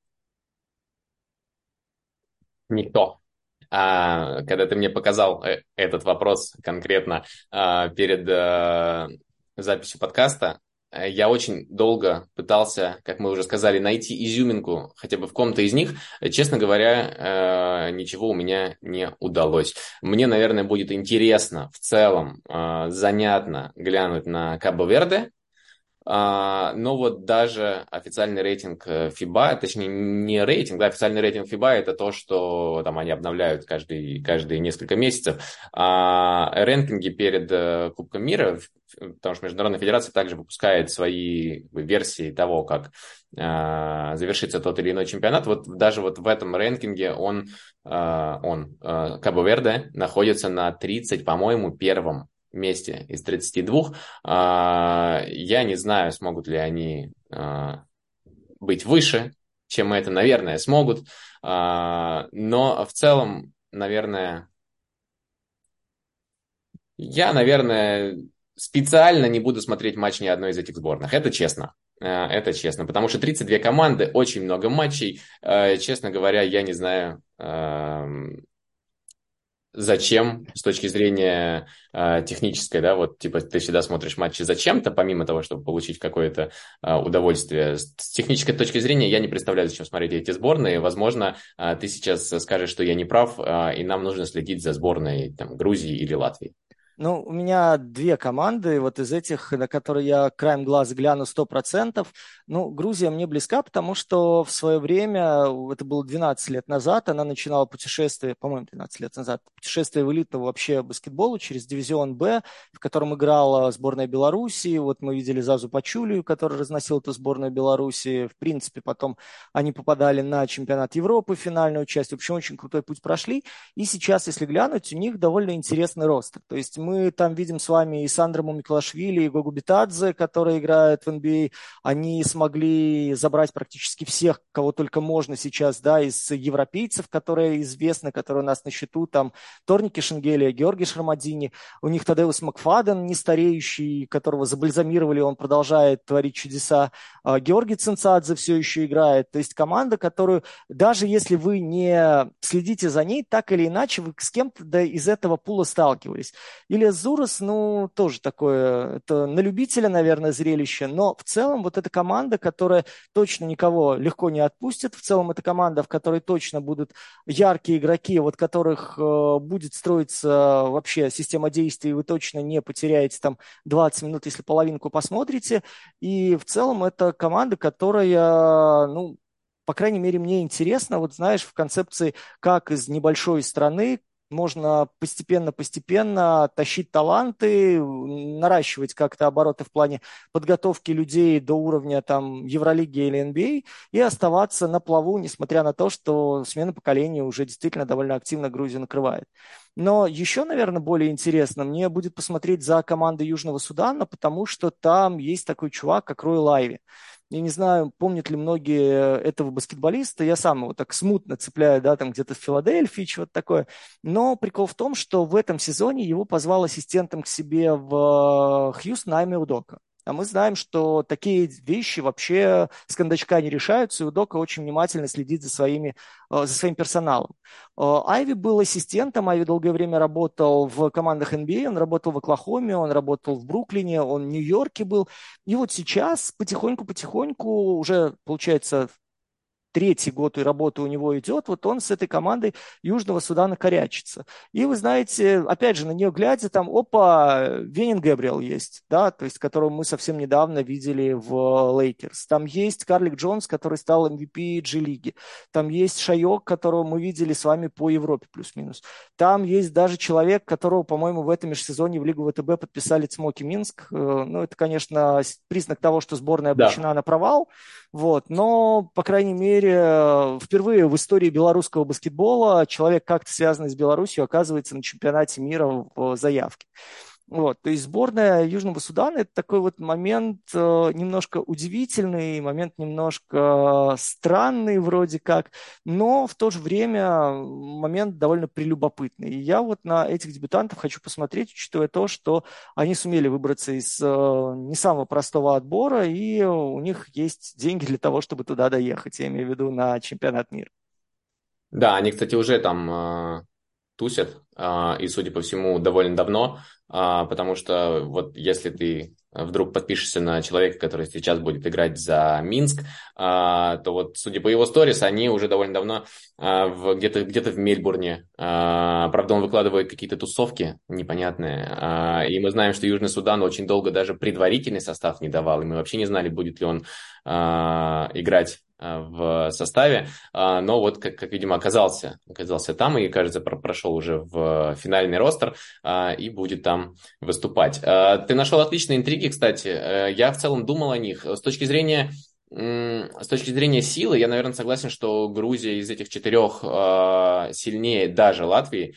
Никто. А, когда ты мне показал э, этот вопрос конкретно а, перед а, записью подкаста, э, я очень долго пытался, как мы уже сказали, найти изюминку хотя бы в ком-то из них. Э, Честно говоря, э, ничего у меня не удалось. Мне, наверное, будет интересно в целом, э, занятно глянуть на Кабо-Верде. А, но вот даже официальный рейтинг э, фиба, точнее не рейтинг, да, официальный рейтинг фиба это то, что там они обновляют каждый, каждые несколько месяцев. А рэнкинги перед э, Кубком мира, в- потому что Международная федерация также выпускает свои как бы, версии того, как а, завершится тот или иной чемпионат. Вот даже вот в этом рэнкинге он, а, он а, Кабо-Верде находится на тридцать, по-моему, первом месте из тридцати двух. А, Я не знаю, смогут ли они а, быть выше, чем это, наверное, смогут. А, Но в целом, наверное, я, наверное, специально не буду смотреть матч ни одной из этих сборных. Это честно. А, Это честно, потому что тридцать две команды, очень много матчей. А, Честно говоря, я не знаю, зачем с точки зрения э, технической, да, вот типа ты всегда смотришь матчи зачем-то, помимо того, чтобы получить какое-то э, удовольствие. С с технической точки зрения я не представляю, зачем смотреть эти сборные. Возможно, э, ты сейчас скажешь, что я не прав, э, и нам нужно следить за сборной там, Грузии или Латвии. Ну, у меня две команды, вот из этих, на которые я краем глаза гляну сто процентов. Ну, Грузия мне близка, потому что в свое время, это было двенадцать лет назад, она начинала путешествие, по-моему, двенадцать лет назад, путешествие в элитного вообще баскетболу через дивизион Б, в котором играла сборная Белоруссии. Вот мы видели Зазу Пачулию, который разносил эту сборную Белоруссии. В принципе, потом они попадали на чемпионат Европы, финальную часть. В общем, очень крутой путь прошли. И сейчас, если глянуть, у них довольно интересный рост. То есть мы мы там видим с вами и Сандрому Миклашвили, и Гогу Битадзе, которые играют в эн би эй. Они смогли забрать практически всех, кого только можно сейчас, да, из европейцев, которые известны, которые у нас на счету, там Торники Шенгелия, Георгий Шармадини, у них Тадеус Макфаден, не стареющий, которого забальзамировали, он продолжает творить чудеса. Георгий Цинцадзе все еще играет. То есть команда, которую, даже если вы не следите за ней, так или иначе вы с кем-то да, из этого пула сталкивались. Илья Зурас, ну, тоже такое, это на любителя, наверное, зрелище, но в целом вот эта команда, которая точно никого легко не отпустит, в целом это команда, в которой точно будут яркие игроки, вот которых э, будет строиться вообще система действий, вы точно не потеряете там двадцать минут, если половинку посмотрите, и в целом это команда, которая, ну, по крайней мере, мне интересно, вот знаешь, в концепции, как из небольшой страны можно постепенно-постепенно тащить таланты, наращивать как-то обороты в плане подготовки людей до уровня там Евролиги или эн би эй и оставаться на плаву, несмотря на то, что смена поколения уже действительно довольно активно Грузию накрывает. Но еще, наверное, более интересно мне будет посмотреть за командой Южного Судана, потому что там есть такой чувак, как Рой Лайви. Я не знаю, помнят ли многие этого баскетболиста, я сам его так смутно цепляю, да, там где-то в Филадельфии, чего-то такое. Но прикол в том, что в этом сезоне его позвал ассистентом к себе в Хьюстон Айми Удока. А мы знаем, что такие вещи вообще с кондачка не решаются, и Удока очень внимательно следит за, своими, за своим персоналом. Айви был ассистентом, Айви долгое время работал в командах эн би эй, он работал в Оклахоме, он работал в Бруклине, он в Нью-Йорке был. И вот сейчас потихоньку-потихоньку уже, получается, третий год и работа у него идет, вот он с этой командой Южного Судана корячится. И вы знаете, опять же, на нее глядя, там, опа, Венин Гэбриэл есть, да, то есть, которого мы совсем недавно видели в Лейкерс. Там есть Карлик Джонс, который стал эм ви пи G-лиги. Там есть Шайок, которого мы видели с вами по Европе плюс-минус. Там есть даже человек, которого, по-моему, в этом межсезонье в Лигу вэ тэ бэ подписали Цмоки Минск. Ну, это, конечно, признак того, что сборная обречена Да. на провал, вот, но, по крайней мере, впервые в истории белорусского баскетбола человек, как-то связанный с Беларусью, оказывается на чемпионате мира в заявке. Вот, то есть сборная Южного Судана – это такой вот момент э, немножко удивительный, момент немножко странный вроде как, но в то же время момент довольно прелюбопытный. И я вот на этих дебютантов хочу посмотреть, учитывая то, что они сумели выбраться из э, не самого простого отбора, и у них есть деньги для того, чтобы туда доехать, я имею в виду на чемпионат мира. Да, они, кстати, уже там э, тусят, э, и, судя по всему, довольно давно, э, потому что вот если ты вдруг подпишешься на человека, который сейчас будет играть за Минск, э, то вот, судя по его сторис, они уже довольно давно э, в, где-то, где-то в Мельбурне. Э, правда, он выкладывает какие-то тусовки непонятные, э, и мы знаем, что Южный Судан очень долго даже предварительный состав не давал, и мы вообще не знали, будет ли он э, играть в составе, но вот, как, как видимо, оказался, оказался там и, кажется, прошел уже в финальный ростер и будет там выступать. Ты нашел отличные интриги, кстати. Я в целом думал о них. С точки зрения, с точки зрения силы, я, наверное, согласен, что Грузия из этих четырех сильнее даже Латвии,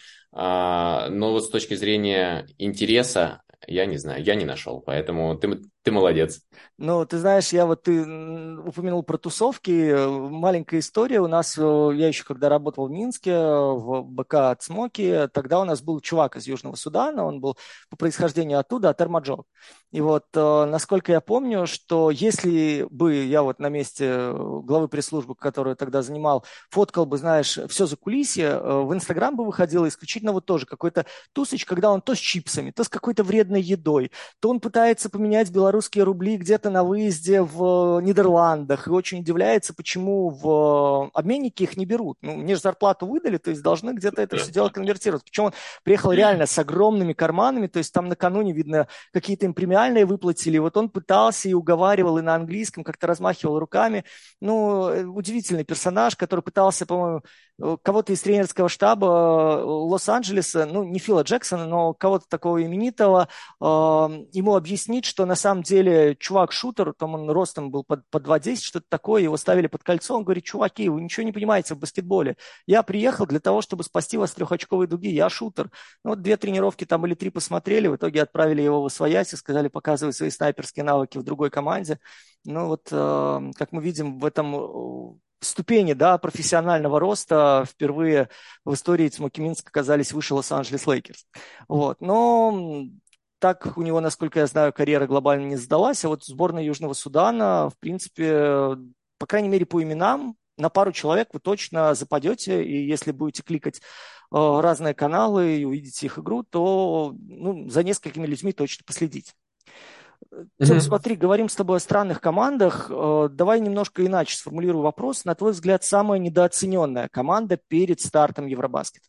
но вот с точки зрения интереса, я не знаю, я не нашел, поэтому ты, ты молодец. Ну, ты знаешь, я вот ты упомянул про тусовки. Маленькая история. У нас, я еще когда работал в Минске, в БК «Цмоки», тогда у нас был чувак из Южного Судана, он был по происхождению оттуда, от Эрмаджо. И вот, насколько я помню, что если бы я вот на месте главы пресс-службы, которую тогда занимал, фоткал бы, знаешь, все за кулисье, в Инстаграм бы выходило исключительно вот тоже какой-то тусыч, когда он то с чипсами, то с какой-то вредной едой, то он пытается поменять белорусские рубли где-то на выезде в Нидерландах и очень удивляется, почему в обменники их не берут. Ну, мне же зарплату выдали, то есть должны где-то это все дело конвертировать. Причем он приехал реально с огромными карманами, то есть там накануне, видно, какие-то им премиальные выплатили. Вот он пытался и уговаривал, и на английском как-то размахивал руками. Ну, удивительный персонаж, который пытался, по-моему, кого-то из тренерского штаба э, Лос-Анджелеса, ну, не Фила Джексона, но кого-то такого именитого, э, ему объяснить, что на самом деле чувак шутер, там он ростом был под, под два десять, что-то такое, его ставили под кольцо, он говорит: чуваки, вы ничего не понимаете в баскетболе. Я приехал для того, чтобы спасти вас с трехочковой дуги, я шутер. Ну, вот две тренировки там или три посмотрели, в итоге отправили его в освоясь и сказали: показывай свои снайперские навыки в другой команде. Ну, вот, э, как мы видим, в этом э, ступени, да, профессионального роста впервые в истории Тимоки Минск оказались выше Лос-Анджелес Лейкерс. Вот. Но так у него, насколько я знаю, карьера глобально не сдалась. А вот сборная Южного Судана, в принципе, по крайней мере, по именам, на пару человек вы точно западете, и если будете кликать э, разные каналы и увидите их игру, то ну, за несколькими людьми точно последите. Тем, Мгм. смотри, говорим с тобой о странных командах. Э, Давай немножко иначе сформулирую вопрос. На твой взгляд, самая недооцененная команда перед стартом Евробаскет?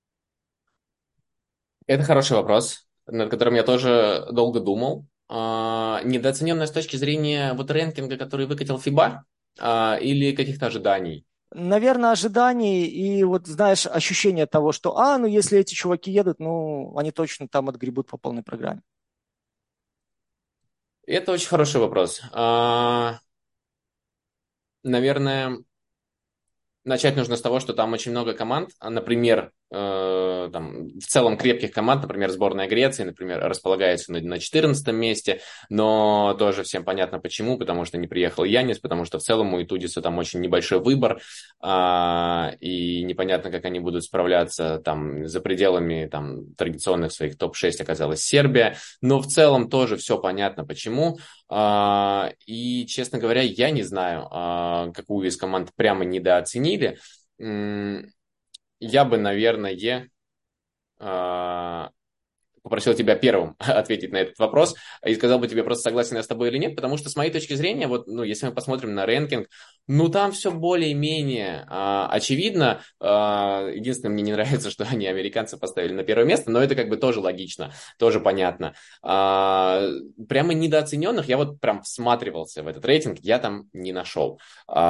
Это хороший вопрос, над которым я тоже долго думал. А, недооцененная с точки зрения вот рэнкинга, который выкатил фиба, а, или каких-то ожиданий. Наверное, ожиданий и вот, знаешь, ощущение того, что, а, ну, если эти чуваки едут, ну, они точно там отгребут по полной программе. Это очень хороший вопрос. А, наверное, начать нужно с того, что там очень много команд, а, например, э, там, в целом крепких команд, например, сборная Греции, например, располагается на, на четырнадцатом месте, но тоже всем понятно почему, потому что не приехал Янис, потому что в целом у Итудиса там очень небольшой выбор, а, и непонятно, как они будут справляться там за пределами там, традиционных своих топ шесть оказалась Сербия, но в целом тоже все понятно почему. А, и, честно говоря, я не знаю, а, какую из команд прямо недооценили. М, Я бы, наверное, а, попросил тебя первым ответить на этот вопрос и сказал бы тебе, просто согласен я с тобой или нет, потому что с моей точки зрения, вот, ну, если мы посмотрим на рэнкинг, ну, там все более-менее а, очевидно. А, единственное, мне не нравится, что они американцы поставили на первое место, но это как бы тоже логично, тоже понятно. А, прямо недооцененных я вот прям всматривался в этот рейтинг, я там не нашел.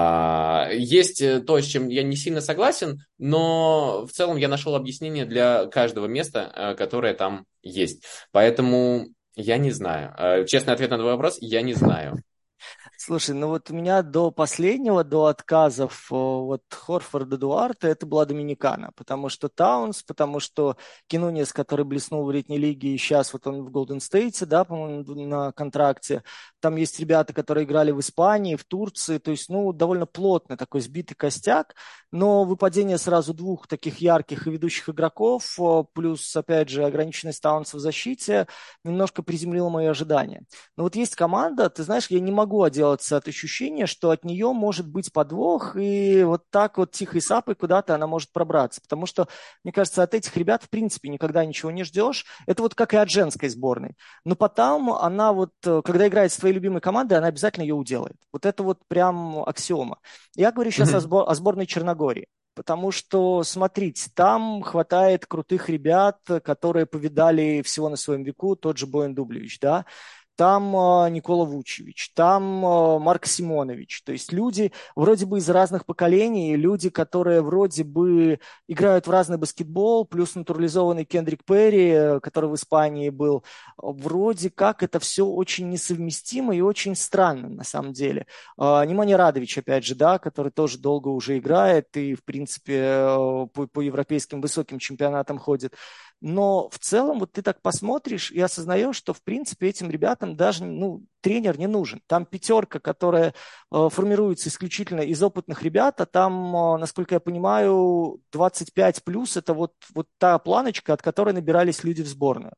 А, есть то, с чем я не сильно согласен, но в целом я нашел объяснение для каждого места, а, которое там есть. Поэтому я не знаю. Э, Честный ответ на твой вопрос, я не знаю. Слушай, ну вот у меня до последнего, до отказов э, вот Хорфорда Дуарта, это была Доминикана, потому что Таунс, потому что Кинунес, который блеснул в летней лиге, и сейчас вот он в Голден Стейте, да, по-моему, на контракте. Там есть ребята, которые играли в Испании, в Турции, то есть, ну, довольно плотный такой сбитый костяк, но выпадение сразу двух таких ярких и ведущих игроков, э, плюс, опять же, ограниченность Таунса в защите, немножко приземлило мои ожидания. Но вот есть команда, ты знаешь, я не могу отделаться от ощущения, что от нее может быть подвох, и вот так вот тихой сапой куда-то она может пробраться. Потому что, мне кажется, от этих ребят в принципе никогда ничего не ждешь. Это вот как и от женской сборной. Но потом она вот, э, когда играет с твоей любимой командой, она обязательно ее уделает. Вот это вот прям аксиома. Я говорю сейчас о, Мгм. сбор- о сборной Черногории. Потому что, смотрите, там хватает крутых ребят, которые повидали всего на своем веку, тот же Боян Дублевич, да, там э, Никола Вучевич, там э, Марк Симонович. То есть люди вроде бы из разных поколений, люди, которые вроде бы играют в разный баскетбол, плюс натурализованный Кендрик Перри, э, который в Испании был. Вроде как это все очень несовместимо и очень странно на самом деле. Э, Немanja Радович, опять же, да, который тоже долго уже играет и, в принципе, э, по, по европейским высоким чемпионатам ходит. Но в целом вот ты так посмотришь и осознаешь, что в принципе этим ребятам даже ну, тренер не нужен. Там пятерка, которая э, формируется исключительно из опытных ребят, а там, э, насколько я понимаю, двадцать пять плюс это вот, вот та планочка, от которой набирались люди в сборную.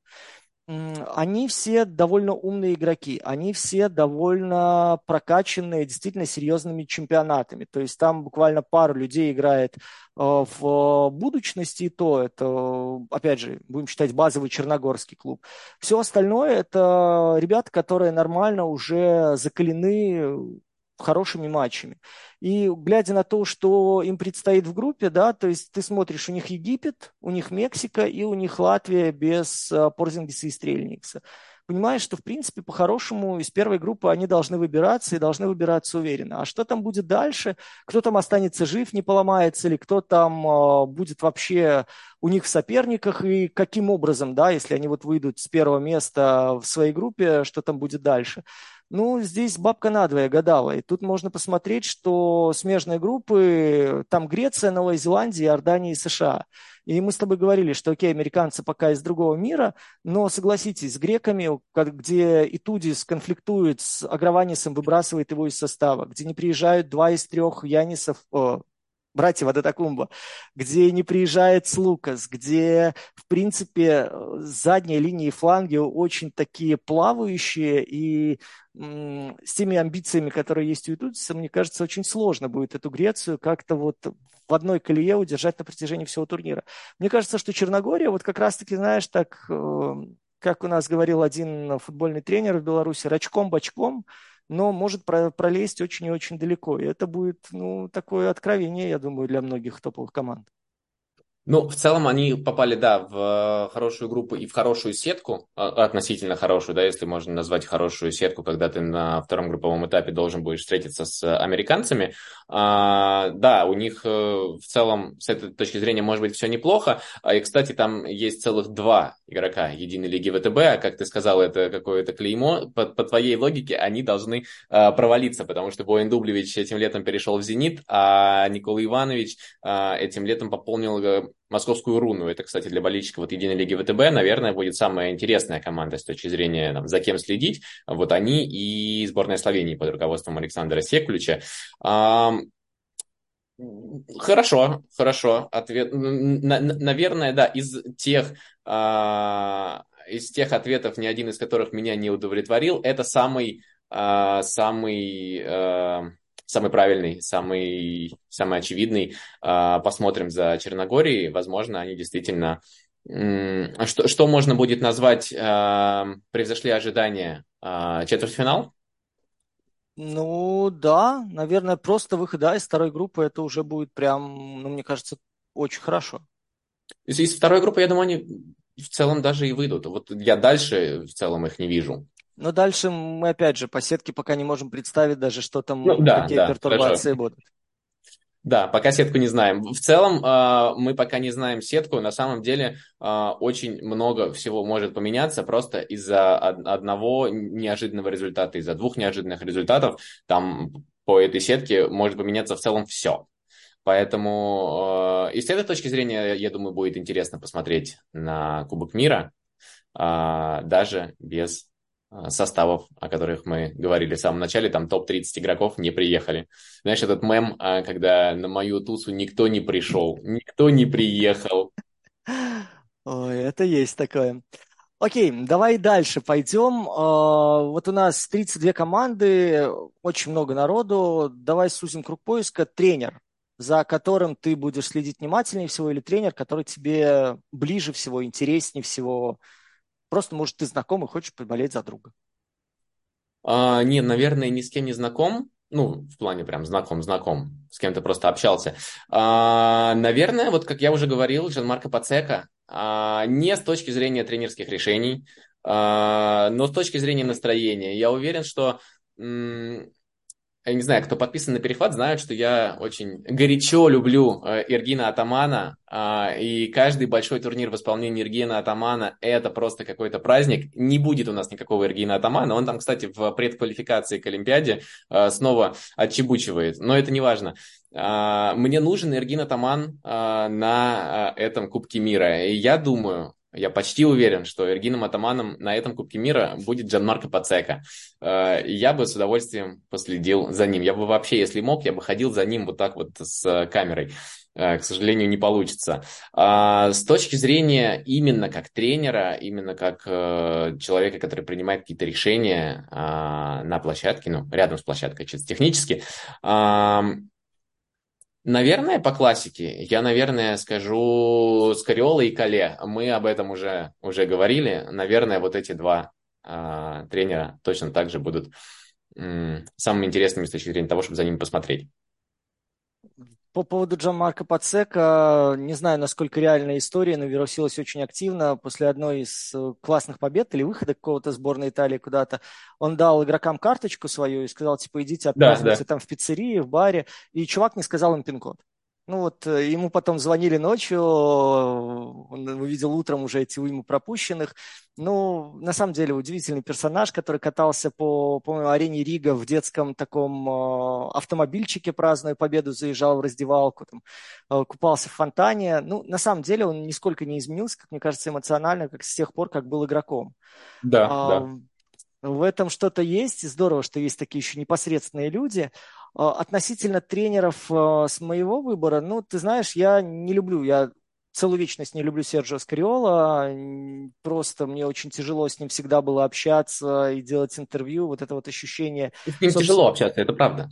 Они все довольно умные игроки, они все довольно прокачанные действительно серьезными чемпионатами. То есть там буквально пару людей играет э, в будущности, и то это, опять же, будем считать базовый черногорский клуб. Все остальное это ребята, которые нормально уже закалены хорошими матчами. И глядя на то, что им предстоит в группе, да, то есть ты смотришь, у них Египет, у них Мексика и у них Латвия без uh, Порзингиса и Стрельникса. понимаешь, что, в принципе, по-хорошему из первой группы они должны выбираться и должны выбираться уверенно. А что там будет дальше? Кто там останется жив, не поломается, или кто там э, будет вообще у них в соперниках, и каким образом, да, если они вот выйдут с первого места в своей группе, что там будет дальше? Ну, здесь бабка надвое гадала. И тут можно посмотреть, что смежные группы, там Греция, Новая Зеландия, Иордания и США. И мы с тобой говорили, что, окей, американцы пока из другого мира, но согласитесь, с греками, где Итудис конфликтует с Аграванисом, выбрасывает его из состава, где не приезжают два из трех Янисов, о, братьев Адетокумбо, где не приезжает Слукас, где, в принципе, задние линии и фланги очень такие плавающие, и м, с теми амбициями, которые есть у Итудиса, мне кажется, очень сложно будет эту Грецию как-то вот в одной колее удержать на протяжении всего турнира. Мне кажется, что Черногория, вот как раз-таки, знаешь, так, э, как у нас говорил один футбольный тренер в Беларуси, рачком-бочком, но может про- пролезть очень и очень далеко. И это будет, ну, такое откровение, я думаю, для многих топовых команд. Ну, в целом они попали, да, в хорошую группу и в хорошую сетку, а, относительно хорошую, да, если можно назвать хорошую сетку, когда ты на втором групповом этапе должен будешь встретиться с американцами. А, да, у них э, в целом с этой точки зрения может быть все неплохо. А, и, кстати, там есть целых два игрока единой лиги ВТБ, а как ты сказал, это какое-то клеймо. По, по твоей логике они должны э, провалиться, потому что Боян Дублевич этим летом перешел в «Зенит», а Никола Иванович э, этим летом пополнил э, московскую «Руну». Это, кстати, для болельщиков вот единой лиги ВТБ, наверное, будет самая интересная команда с точки зрения, там, за кем следить. Вот они и сборная Словении под руководством Александра Сеключа. Хорошо, хорошо. Ответ, на- на- наверное, да, из тех, а, из тех ответов, ни один из которых меня не удовлетворил, это самый, а, самый, а, самый правильный, самый, самый очевидный. А, посмотрим за Черногорией. Возможно, они действительно... м, Что, что можно будет назвать а, превзошли ожидания? А, четвертьфинал? Ну, да, наверное, просто выход, да, из второй группы, это уже будет прям, ну, мне кажется, очень хорошо. Из, из второй группы, я думаю, они в целом даже и выйдут. Вот я дальше в целом их не вижу. Но дальше мы, опять же, по сетке пока не можем представить даже, что Ну там, да, какие да, хорошо. пертурбации будут. Да, пока сетку не знаем. В целом, э, мы пока не знаем сетку. На самом деле, э, очень много всего может поменяться просто из-за од- одного неожиданного результата, из-за двух неожиданных результатов. Там по этой сетке может поменяться в целом все. Поэтому э, и с этой точки зрения, я думаю, будет интересно посмотреть на Кубок мира, а, даже без а, составов, о которых мы говорили в самом начале, там топ тридцать игроков не приехали. Знаешь, этот мем, а, когда на мою тусу никто не пришел, никто не приехал. Ой, это есть такое. Окей, давай дальше пойдем. А, Вот у нас тридцать две команды, очень много народу. Давай сузим круг поиска. Тренер, за которым ты будешь следить внимательнее всего, или тренер, который тебе ближе всего, интереснее всего. Просто, может, ты знаком и хочешь поболеть за друга. А, не, наверное, ни с кем не знаком. Ну, в плане прям знаком-знаком, с кем-то просто общался. А, наверное, вот как я уже говорил, Джанмарко Пацека, а, не с точки зрения тренерских решений, а, но с точки зрения настроения. Я уверен, что м, я не знаю, кто подписан на перехват, знают, что я очень горячо люблю э, Эргина Атамана, а, и каждый большой турнир в исполнении Эргина Атамана — это просто какой-то праздник. Не будет у нас никакого Эргина Атамана, он там, кстати, в предквалификации к Олимпиаде э, снова отчебучивает, но это не важно. А, мне нужен Эргин Атаман а, на а, этом Кубке мира, и я думаю, я почти уверен, что Эргином Атаманом на этом Кубке мира будет Джанмарко Пацека. Э, Я бы с удовольствием последил за ним. Я бы вообще, если мог, я бы ходил за ним вот так вот с камерой. Э, К сожалению, не получится. А с точки зрения именно как тренера, именно как э, человека, который принимает какие-то решения а, на площадке, ну, рядом с площадкой, чисто технически, ам, наверное, по классике, я, наверное, скажу Скариола и Кале. Мы об этом уже, уже говорили. Наверное, вот эти два а, тренера точно так же будут м, самыми интересными с точки зрения того, чтобы за ними посмотреть. По поводу Джанмарко Пацека, не знаю, насколько реальная история, но вирусилась очень активно. После одной из э, классных побед или выхода какого-то сборной Италии куда-то, он дал игрокам карточку свою и сказал, типа, идите Да, отпразднуйте да. там в пиццерии, в баре. И чувак не сказал им пин-код. Ну вот, э, ему потом звонили ночью, э, он увидел утром уже эти уйму пропущенных. Ну, на самом деле, удивительный персонаж, который катался по, по-моему, арене Рига в детском таком э, автомобильчике, празднуя победу, заезжал в раздевалку, там, э, купался в фонтане. Ну, на самом деле, он нисколько не изменился, как мне кажется, эмоционально, как с тех пор, как был игроком. Да, А, да. в этом что-то есть. Здорово, что есть такие еще непосредственные люди. А, Относительно тренеров а, с моего выбора, ну, ты знаешь, я не люблю, я целую вечность не люблю Серджио Скариола. М, Просто мне очень тяжело с ним всегда было общаться и делать интервью. Вот это вот ощущение, С ним собственно, тяжело общаться, это правда.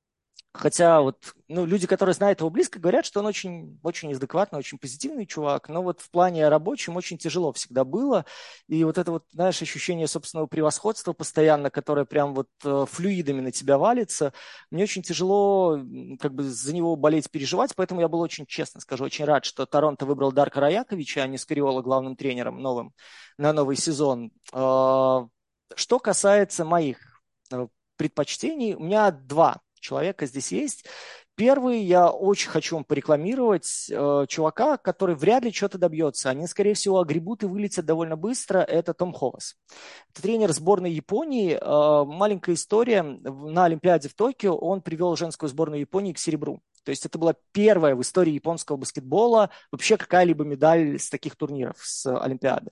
хотя вот, ну, люди, которые знают его близко, говорят, что он очень, очень адекватный, очень позитивный чувак, но вот в плане рабочем очень тяжело всегда было. И вот это вот, знаешь, ощущение собственного превосходства постоянно, которое прям вот э, флюидами на тебя валится, мне очень тяжело м, как бы за него болеть, переживать, поэтому я был очень, честно скажу, очень рад, что Торонто выбрал Дарка Раяковича, а не Скариола главным тренером новым на новый сезон. Э, Что касается моих э, предпочтений, у меня два человека здесь есть. Первый, я очень хочу вам порекламировать э, чувака, который вряд ли что-то добьется. Они, скорее всего, огребут и вылетят довольно быстро. Это Том Холлас. Это тренер сборной Японии. Э, маленькая история. На Олимпиаде в Токио он привел женскую сборную Японии к серебру. То есть это была первая в истории японского баскетбола вообще какая-либо медаль с таких турниров, с Олимпиады.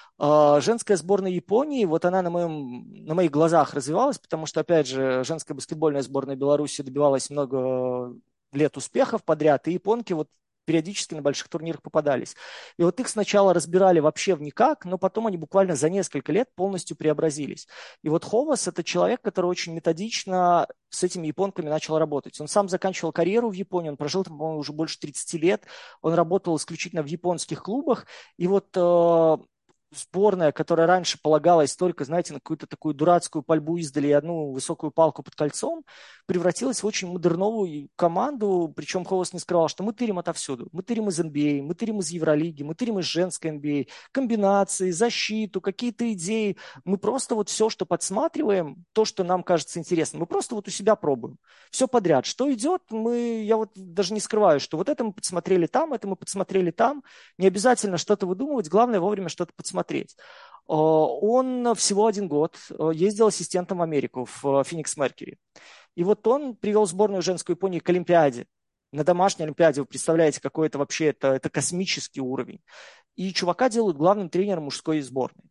А, Женская сборная Японии, вот она на, моем, на моих глазах развивалась, потому что, опять же, женская баскетбольная сборная Беларуси добивалась много лет успехов подряд, и японки вот периодически на больших турнирах попадались. И вот их сначала разбирали вообще в никак, но потом они буквально за несколько лет полностью преобразились. И вот Ховас – это человек, который очень методично с этими японками начал работать. Он сам заканчивал карьеру в Японии, он прожил там, по-моему, уже больше тридцати лет, он работал исключительно в японских клубах, и вот э, сборная, которая раньше полагалась только, знаете, на какую-то такую дурацкую пальбу издали и одну высокую палку под кольцом, превратилась в очень модерновую команду, причем Холос не скрывал, что мы тырим отовсюду. Мы тырим из эн би эй, мы тырим из Евролиги, мы тырим из женской эн би эй, комбинации, защиту, какие-то идеи. Мы просто вот все, что подсматриваем, то, что нам кажется интересным, мы просто вот у себя пробуем. Все подряд. Что идет, мы, я вот даже не скрываю, что вот это мы подсмотрели там, это мы подсмотрели там. Не обязательно что-то выдумывать, главное вовремя что-то подсмотреть. Э, Он всего один год э, ездил ассистентом в Америку, в Феникс Меркьюри. И вот он привел сборную женскую Японии к Олимпиаде. На домашней Олимпиаде, вы представляете, какой это вообще, это, это космический уровень. И чувака делают главным тренером мужской сборной.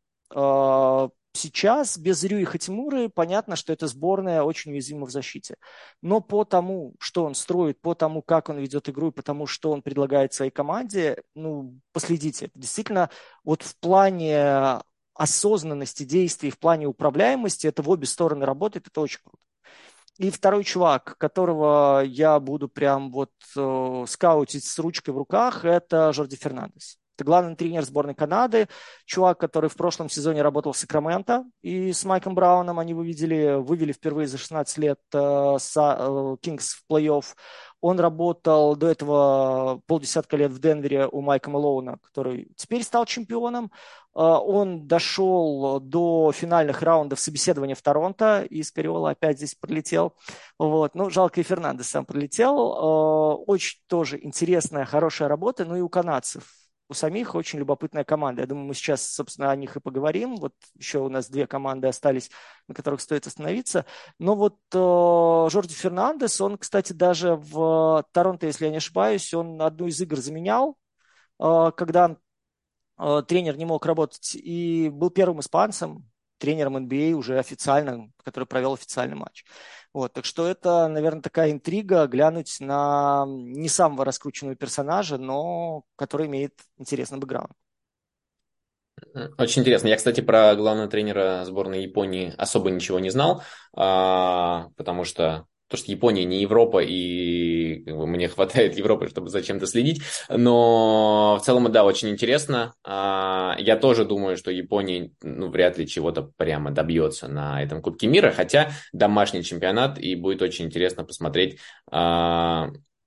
Э, Сейчас без Рюи Хатимуры понятно, что эта сборная очень уязвима в защите. Но по тому, что он строит, по тому, как он ведет игру, и по тому, что он предлагает своей команде, ну, последите. Действительно, вот в плане осознанности действий, в плане управляемости, это в обе стороны работает, это очень круто. И второй чувак, которого я буду прям вот э, скаутить с ручкой в руках, это Жорди Фернандес. Это главный тренер сборной Канады, чувак, который в прошлом сезоне работал в Сакраменто, и с Майком Брауном они вывели, вывели впервые за шестнадцать лет э, Кингс в плей-офф. Он работал до этого полдесятка лет в Денвере у Майка Мэлоуна, который теперь стал чемпионом. Э, Он дошел до финальных раундов собеседования в Торонто, и Скариола опять здесь пролетел. Вот. Ну, жалко, и Фернандес сам пролетел. Э, Очень тоже интересная, хорошая работа. Ну и у канадцев. У самих очень любопытная команда. Я думаю, мы сейчас, собственно, о них и поговорим. Вот еще у нас две команды остались, на которых стоит остановиться. Но вот э, Жорди Фернандес, он, кстати, даже в Торонто, если я не ошибаюсь, он одну из игр заменял, э, когда э, тренер не мог работать, и был первым испанцем, тренером эн би эй уже официально, который провел официальный матч. Вот, так что это, наверное, такая интрига глянуть на не самого раскрученного персонажа, но который имеет интересный бэкграунд. Очень интересно. Я, кстати, про главного тренера сборной Японии особо ничего не знал, а, потому что то, что Япония не Европа, и как бы, мне хватает Европы, чтобы зачем-то следить. Но в целом, да, очень интересно. А, я тоже думаю, что Япония, ну, вряд ли чего-то прямо добьется на этом Кубке мира, хотя домашний чемпионат, и будет очень интересно посмотреть, а,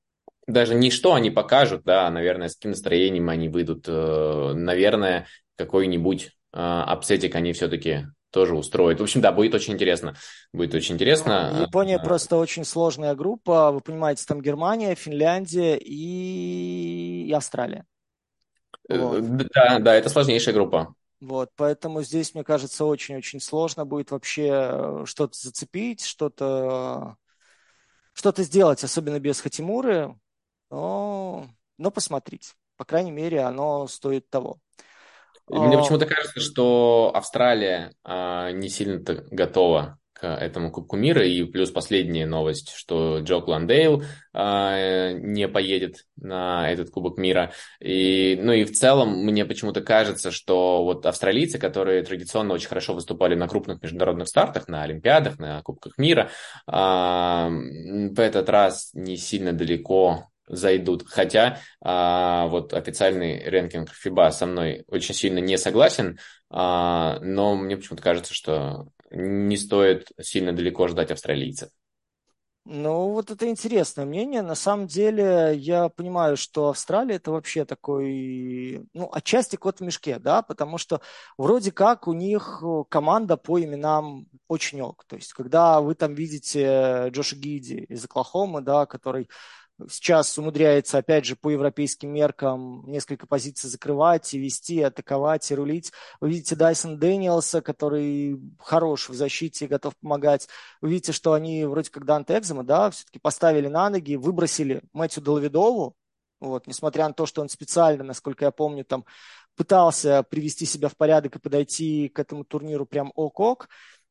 даже не что они покажут, да, а, наверное, с каким настроением они выйдут. Э, наверное, какой-нибудь э, апсетик они все-таки тоже устроят. В общем, да, будет очень интересно. Будет очень интересно. Япония Э, просто очень сложная группа. Вы понимаете, там Германия, Финляндия и, и Австралия. Вот. э, Да, да, это сложнейшая группа. Вот, поэтому здесь, мне кажется, очень-очень сложно будет вообще э, что-то зацепить, что-то что-то сделать, особенно без Хатимуры, но, но посмотреть. По крайней мере, оно стоит того. Мне А, почему-то кажется, что Австралия а, не сильно-то готова к этому Кубку мира. И плюс последняя новость, что Джо Кландейл а, не поедет на этот Кубок мира. И, ну и в целом мне почему-то кажется, что вот австралийцы, которые традиционно очень хорошо выступали на крупных международных стартах, на Олимпиадах, на Кубках мира, а, в этот раз не сильно далеко зайдут. Хотя а, вот официальный рэнкинг фиба со мной очень сильно не согласен, а, но мне почему-то кажется, что не стоит сильно далеко ждать австралийцев. ну, вот это интересное мнение. На самом деле, я понимаю, что Австралия это вообще такой, ну, отчасти кот в мешке, да, потому что вроде как у них э, команда по именам очень ок. То есть, когда вы там видите Джоша Гиди из Оклахомы, да, который сейчас умудряется, опять же, по европейским меркам несколько позиций закрывать и вести, и атаковать, и рулить. Вы видите Дайсон Дэниелса, который хорош в защите и готов помогать. Вы видите, что они вроде как Данте Экзема, да, все-таки поставили на ноги, выбросили Мэтью Делавидову, вот, несмотря на то, что он специально, насколько я помню, там пытался привести себя в порядок и подойти к этому турниру прям ок-ок.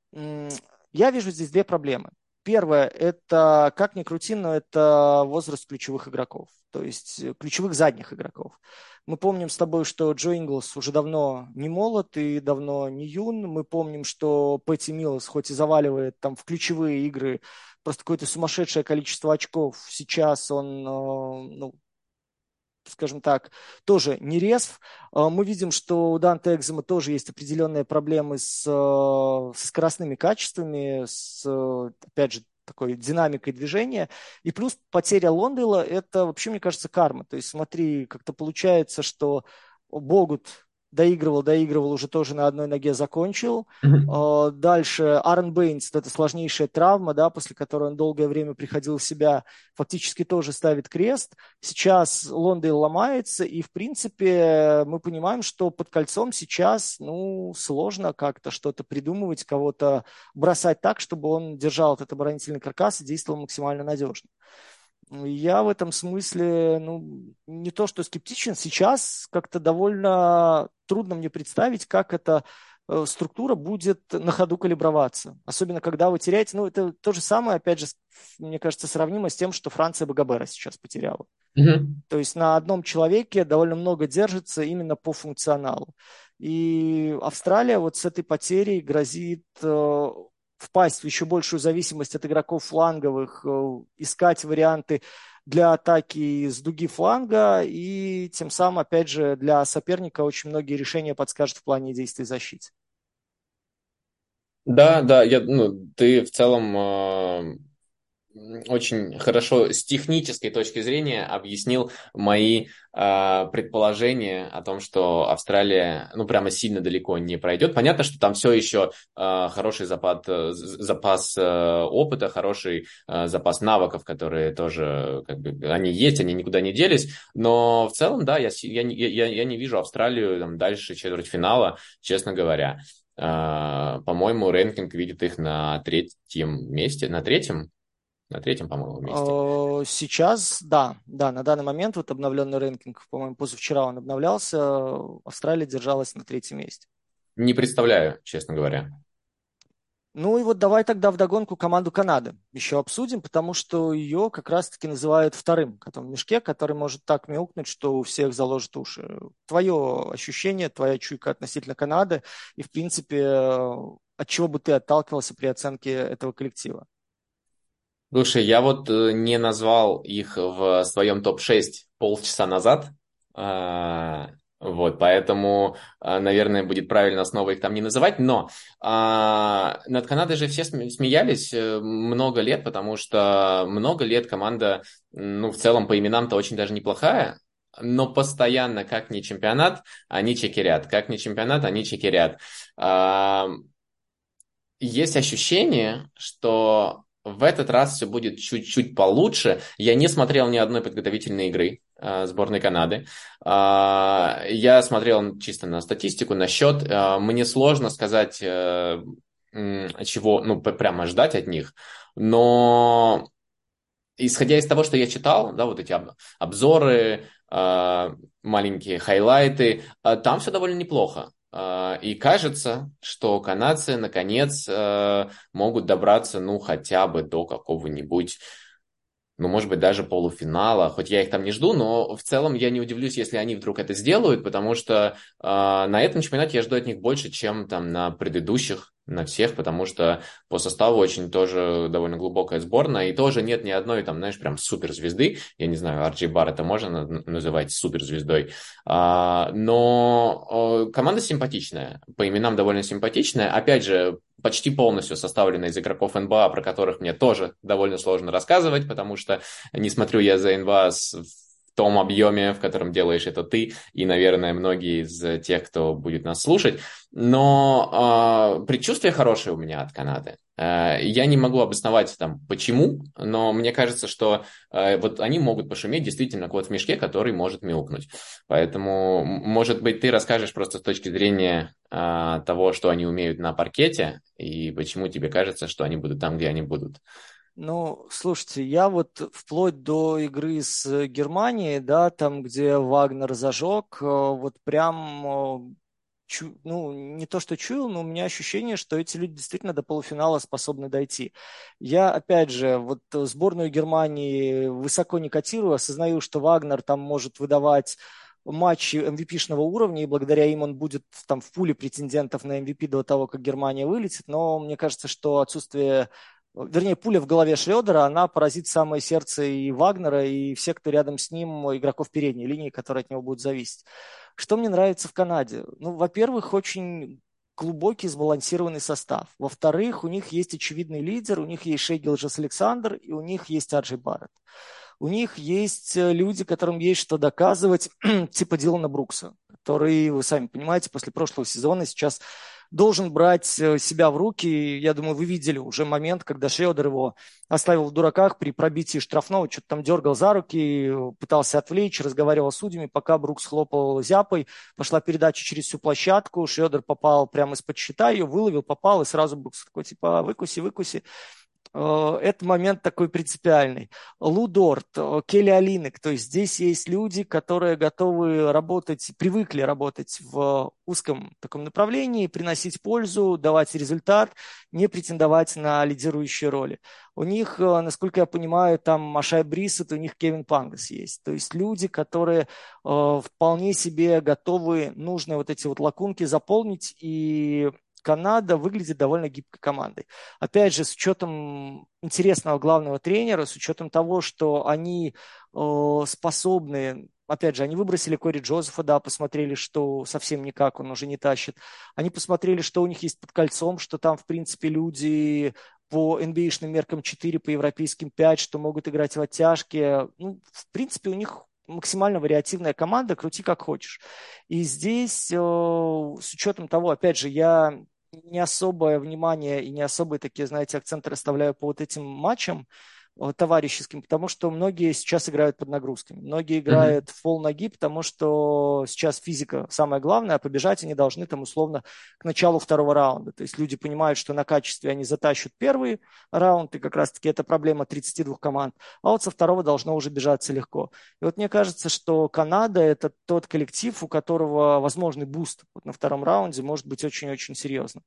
Я вижу здесь две проблемы. Первое, это, как ни крути, но это возраст ключевых игроков, то есть э, ключевых задних игроков. Мы помним с тобой, что Джо Инглс уже давно не молод и давно не юн. Мы помним, что Пэтти Миллс, хоть и заваливает там в ключевые игры просто какое-то сумасшедшее количество очков, сейчас он, э, ну, скажем так, тоже не резв. А, Мы видим, что у Данте Экзема тоже есть определенные проблемы с, э, со скоростными качествами, с, э, опять же, такой динамикой движения. И плюс потеря Лондейла – это вообще, мне кажется, карма. То есть смотри, как-то получается, что Богут доигрывал, доигрывал, уже тоже на одной ноге закончил. Мгм. А, Дальше Аарон Бэйнс – это сложнейшая травма, да, после которой он долгое время приходил в себя, фактически тоже ставит крест. Сейчас Лондон ломается, и, в принципе, мы понимаем, что под кольцом сейчас, ну, сложно как-то что-то придумывать, кого-то бросать так, чтобы он держал этот оборонительный каркас и действовал максимально надежно. Я в этом смысле, ну, не то что скептичен, сейчас как-то довольно трудно мне представить, как эта э, структура будет на ходу калиброваться. Особенно, когда вы теряете, ну, это то же самое, опять же, с- мне кажется, сравнимо с тем, что Франция Багабера сейчас потеряла. Мгм. То есть на одном человеке довольно много держится именно по функционалу. И Австралия вот с этой потерей грозит э, впасть в еще большую зависимость от игроков фланговых, э, искать варианты для атаки с дуги фланга, и тем самым, опять же, для соперника очень многие решения подскажет в плане действий защиты. Да, да, я, ну, ты в целом э, очень хорошо с технической точки зрения объяснил мои э, предположения о том, что Австралия, ну, прямо сильно далеко не пройдет. Понятно, что там все еще э, хороший запас, э, запас э, опыта, хороший э, запас навыков, которые тоже, как бы, они есть, они никуда не делись. Но в целом, да, я, си- я, не- я, я не вижу Австралию там, дальше четвертьфинала, честно говоря. Э, по-моему, рэнкинг видит их на третьем месте, на третьем, на третьем, по-моему, месте. Э, Сейчас, да, да, на данный момент вот обновленный рэнкинг, по-моему, позавчера он обновлялся, Австралия держалась на третьем месте. Не представляю, честно говоря. Ну и вот давай тогда вдогонку команду Канады еще обсудим, потому что ее как раз-таки называют вторым котом в мешке, который может так мяукнуть, что у всех заложит уши. Твое ощущение, твоя чуйка относительно Канады и, в принципе, э, от чего бы ты отталкивался при оценке этого коллектива? Слушай, я вот э, не назвал их в своем топ шесть полчаса назад. А, Вот, поэтому, а, наверное, будет правильно снова их там не называть, но а, над Канадой же все сме- смеялись э, много лет, потому что много лет команда, ну, в целом по именам-то очень даже неплохая, но постоянно, как ни чемпионат, они чекерят, как ни чемпионат, они чекерят. А, есть ощущение, что в этот раз все будет чуть-чуть получше. Я не смотрел ни одной подготовительной игры э, сборной Канады. А, я смотрел чисто на статистику, на счет. А, мне сложно сказать, э, м, чего, ну, п- прямо ждать от них. Но исходя из того, что я читал, да, вот эти об- обзоры, а, маленькие хайлайты, а, там все довольно неплохо. А, И кажется, что канадцы наконец э, могут добраться, ну, хотя бы до какого-нибудь, ну, может быть, даже полуфинала, хоть я их там не жду, но в целом я не удивлюсь, если они вдруг это сделают, потому что э, на этом чемпионате я жду от них больше, чем там на предыдущих, на всех, потому что по составу очень тоже довольно глубокая сборная, и тоже нет ни одной там, знаешь, прям суперзвезды, я не знаю, Ар Джей Барретта можно на- называть суперзвездой, а, но э, команда симпатичная, по именам довольно симпатичная, опять же, почти полностью составлена из игроков эн би эй, про которых мне тоже довольно сложно рассказывать, потому что не смотрю я за эн би эй с- в том объеме, в котором делаешь это ты, и, наверное, многие из тех, кто будет нас слушать. Но э, предчувствие хорошее у меня от Канады. Э, я не могу обосновать там почему, но мне кажется, что э, вот они могут пошуметь действительно кот в мешке, который может мяукнуть. Поэтому, м- может быть, ты расскажешь просто с точки зрения а, того, что они умеют на паркете, и почему тебе кажется, что они будут там, где они будут. Ну, слушайте, я вот вплоть до игры с Германией, да, там, где Вагнер зажег, э, вот прям, э, чу- ну, не то что чуял, но у меня ощущение, что эти люди действительно до полуфинала способны дойти. Я, опять же, вот э, сборную Германии высоко не котирую, осознаю, что Вагнер там может выдавать матчи эм ви пи-шного уровня, и благодаря им он будет там в пуле претендентов на эм ви пи до того, как Германия вылетит, но мне кажется, что отсутствие вернее, пуля в голове Шредера, она поразит самое сердце и Вагнера, и всех, кто рядом с ним, игроков передней линии, которые от него будут зависеть. Что мне нравится в Канаде? Ну, во-первых, очень глубокий, сбалансированный состав. Во-вторых, у них есть очевидный лидер, у них есть Шей Гилжес-Александр, и у них есть Аджей Барретт. У них есть э, люди, которым есть что доказывать, типа Дилана Брукса, который, вы сами понимаете, после прошлого сезона сейчас должен брать э, себя в руки. Я думаю, вы видели уже момент, когда Шредер его оставил в дураках при пробитии штрафного, что-то там дергал за руки, пытался отвлечь, разговаривал с судьями, пока Брукс хлопал зяпой. Пошла передача через всю площадку, Шредер попал прямо из-под щита, ее выловил, попал, и сразу Брукс такой, типа, выкуси, выкуси. Э, Это момент такой принципиальный. Лу Дорт, э, Келли Олинек, то есть здесь есть люди, которые готовы работать, привыкли работать в узком таком направлении, приносить пользу, давать результат, не претендовать на лидирующие роли. У них, э, насколько я понимаю, там Машай Брисет, у них Кевин Пангас есть. То есть люди, которые э, вполне себе готовы нужные вот эти вот лакунки заполнить, и Канада выглядит довольно гибкой командой. Опять же, с учетом интересного главного тренера, с учетом того, что они э, способны, опять же, они выбросили Кори Джозефа, да, посмотрели, что совсем никак он уже не тащит. Они посмотрели, что у них есть под кольцом, что там, в принципе, люди по эн би эй-шным меркам четыре, по европейским пять, что могут играть в оттяжке. Ну, в принципе, у них максимально вариативная команда, крути как хочешь. И здесь, э, с учетом того, опять же, я не особое внимание и не особые такие, знаете, акценты расставляю по вот этим матчам э, товарищеским, потому что многие сейчас играют под нагрузками. Многие Мгм. играют в полноги, потому что сейчас физика самое главное, а побежать они должны там условно к началу второго раунда. То есть люди понимают, что на качестве они затащат первый раунд, и как раз-таки это проблема тридцати двух команд, а вот со второго должно уже бежаться легко. И вот мне кажется, что Канада – это тот коллектив, у которого возможный буст вот на втором раунде может быть очень-очень серьезным.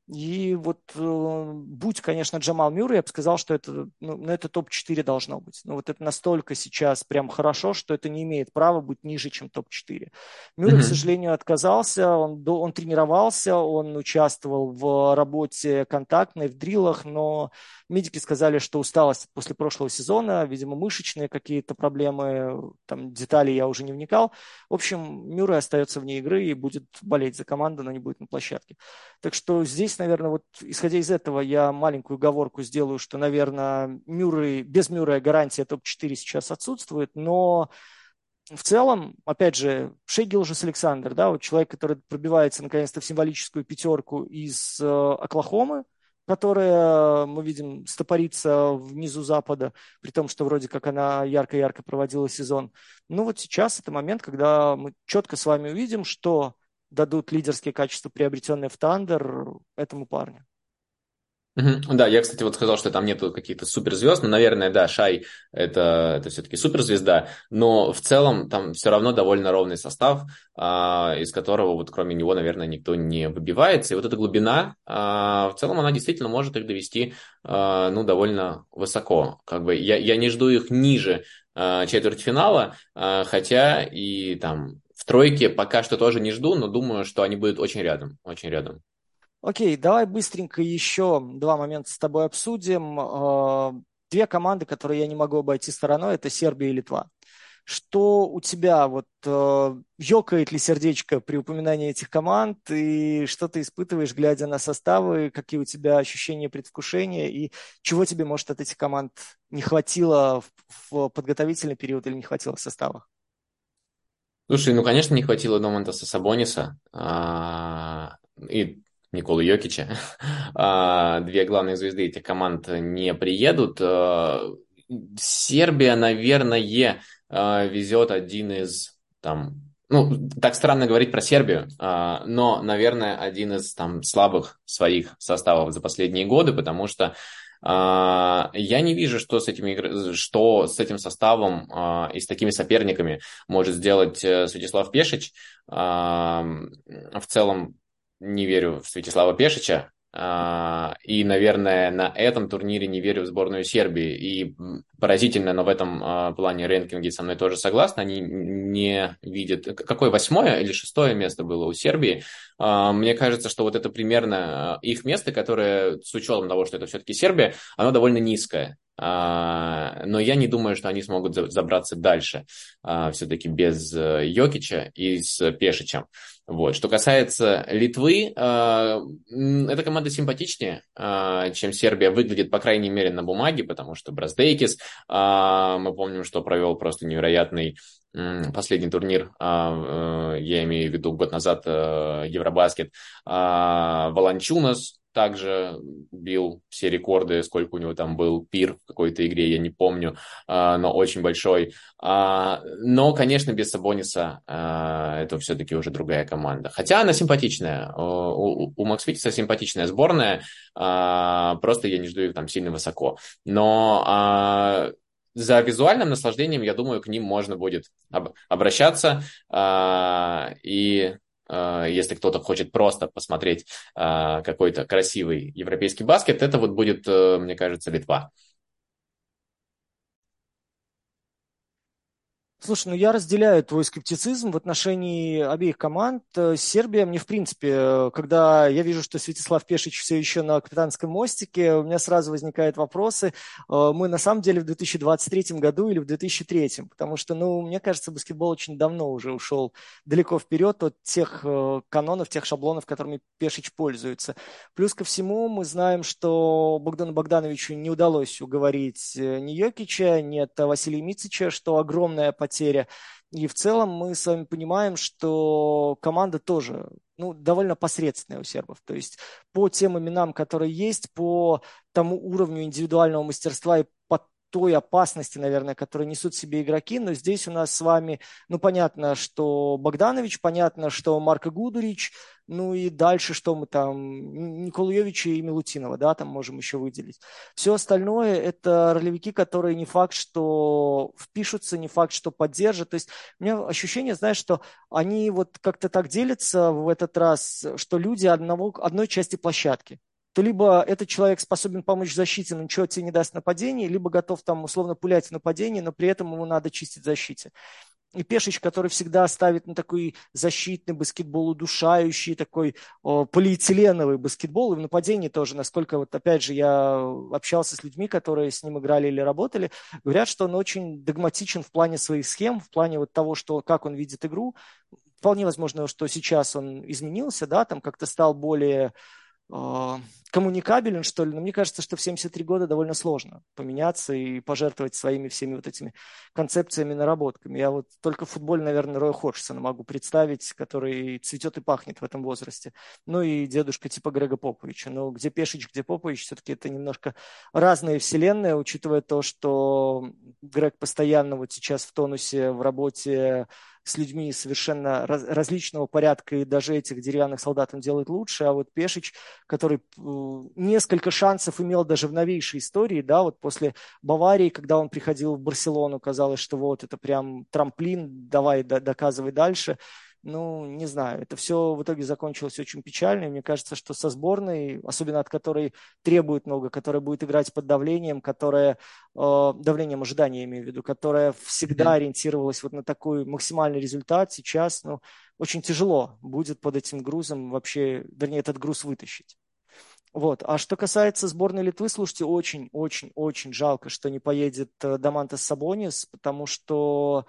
И вот э, будь, конечно, Джамал Мюррей, я бы сказал, что это, ну, ну, это топ четыре должно быть. Но вот это настолько сейчас прям хорошо, что это не имеет права быть ниже, чем топ четыре. Мюррей, к Мгм. сожалению, отказался, он, до- он тренировался, он участвовал в работе контактной, в дрилах, но медики сказали, что усталость после прошлого сезона, видимо, мышечные какие-то проблемы, там детали я уже не вникал. В общем, Мюррей остается вне игры и будет болеть за команду, но не будет на площадке. Так что здесь, наверное, вот исходя из этого, я маленькую оговорку сделаю, что, наверное, Мюррей, без Мюррея гарантия топ четыре сейчас отсутствует, но в целом, опять же, Шей Гилжес-Александр, да, вот человек, который пробивается наконец-то в символическую пятерку из э, Оклахомы, которая, мы видим, стопорится внизу Запада, при том, что вроде как она ярко-ярко проводила сезон. Ну вот сейчас это момент, когда мы четко с вами увидим, что дадут лидерские качества, приобретенные в Тандер, этому парню. Мгм. Да, я, кстати, вот сказал, что там нету каких-то суперзвезд, но, наверное, да, Шай это, это все-таки суперзвезда, но в целом там все равно довольно ровный состав, а, из которого вот кроме него, наверное, никто не выбивается. И вот эта глубина, а, в целом она действительно может их довести, а, ну, довольно высоко. Как бы я, я не жду их ниже а, четвертьфинала, а, хотя и там в тройке пока что тоже не жду, но думаю, что они будут очень рядом, очень рядом. Окей, давай быстренько еще два момента с тобой обсудим. Э, Две команды, которые я не могу обойти стороной, это Сербия и Литва. Что у тебя, вот э, ёкает ли сердечко при упоминании этих команд, и что ты испытываешь, глядя на составы, какие у тебя ощущения, предвкушения, и чего тебе, может, от этих команд не хватило в, в подготовительный период или не хватило в составах? Слушай, ну, конечно, не хватило Домантаса Сабониса а, и Николы Йокича. А, две главные звезды этих команд не приедут. А, Сербия, наверное, а, везет один из там, ну, так странно говорить про Сербию, а, но, наверное, один из там слабых своих составов за последние годы, потому что а, я не вижу, что с этими, игр- что с этим составом а, и с такими соперниками может сделать э, Святослав Пешич. А, В целом не верю в Святослава Пешича. А, И, наверное, на этом турнире не верю в сборную Сербии. И м, поразительно, но в этом а, плане рэнкинги со мной тоже согласны. Они не видят... к- Какое восьмое или шестое место было у Сербии? А, Мне кажется, что вот это примерно а, их место, которое, с учетом того, что это все-таки Сербия, оно довольно низкое. А, Но я не думаю, что они смогут за- забраться дальше все-таки без э, Йокича и с Пешичем. Вот. Что касается Литвы, э, м, эта команда симпатичнее, э, чем Сербия выглядит, по крайней мере, на бумаге, потому что Браздейкис, э, мы помним, что провел просто невероятный м, последний турнир, а, э, я имею в виду год назад э, Евробаскет, а, Волончунас также бил все рекорды, сколько у него там был пир в какой-то игре, я не помню, а, но очень большой. А, но, конечно, без Сабониса а, это все-таки уже другая команда. Хотя она симпатичная. У, у, у Макс Витиса симпатичная сборная, а, просто я не жду их там сильно высоко. Но а, за визуальным наслаждением, я думаю, к ним можно будет об- обращаться. а, и а, если кто-то хочет просто посмотреть а, какой-то красивый европейский баскет, это вот будет, э, мне кажется, Литва. Слушай, ну я разделяю твой скептицизм в отношении обеих команд. Э, Сербия мне, в принципе, э, когда я вижу, что Святослав Пешич все еще на капитанском мостике, у меня сразу возникают вопросы. э, Мы на самом деле в две тысячи двадцать третьем году или в две тысячи третьем? Потому что, ну, мне кажется, баскетбол очень давно уже ушел далеко вперед от тех э, канонов, тех шаблонов, которыми Пешич пользуется. Плюс ко всему мы знаем, что Богдану Богдановичу не удалось уговорить э, ни Йокича, ни от Василия Мицича, что огромная потеря. И в целом мы с вами понимаем, что команда тоже ну, довольно посредственная у сербов. То есть по тем именам, которые есть, по тому уровню индивидуального мастерства и по той опасности, наверное, которую несут в себе игроки, но здесь у нас с вами, ну, понятно, что Богданович, понятно, что Марко Гудурич, ну и дальше, что мы там, Николаевича и Милутинова, да, там можем еще выделить. Все остальное – это ролевики, которые не факт, что впишутся, не факт, что поддержат. То есть у меня ощущение, знаешь, что они вот как-то так делятся в этот раз, что люди одного, одной части площадки. То либо этот человек способен помочь в защите, но ничего тебе не даст в нападении, либо готов там условно пулять в нападении, но при этом ему надо чистить в защите. И Пешич, который всегда ставит на такой защитный баскетбол, удушающий, такой о, полиэтиленовый баскетбол, и в нападении тоже, насколько вот опять же я общался с людьми, которые с ним играли или работали, говорят, что он очень догматичен в плане своих схем, в плане вот того, что, как он видит игру. Вполне возможно, что сейчас он изменился, да, там как-то стал более коммуникабелен, что ли, но мне кажется, что в семьдесят три года довольно сложно поменяться и пожертвовать своими всеми вот этими концепциями, наработками. Я вот только в футболе, наверное, Роя Ходжсона могу представить, который цветет и пахнет в этом возрасте. Ну и дедушка типа Грега Поповича. Но где Пешич, где Попович, все-таки это немножко разные вселенные, учитывая то, что Грег постоянно вот сейчас в тонусе в работе с людьми совершенно раз, различного порядка, и даже этих деревянных солдат он делает лучше, а вот Пешич, который э, несколько шансов имел даже в новейшей истории, да, вот после Баварии, когда он приходил в Барселону, казалось, что вот это прям трамплин, давай, да, доказывай дальше. Ну, не знаю, это все в итоге закончилось очень печально, и мне кажется, что со сборной, особенно от которой требует много, которая будет играть под давлением, которая, э, давлением ожидания, я имею в виду, которая всегда Mm-hmm. ориентировалась вот на такой максимальный результат, сейчас, ну, очень тяжело будет под этим грузом вообще, вернее, этот груз вытащить. Вот. А что касается сборной Литвы, слушайте, очень-очень-очень жалко, что не поедет Домантас Сабонис, потому что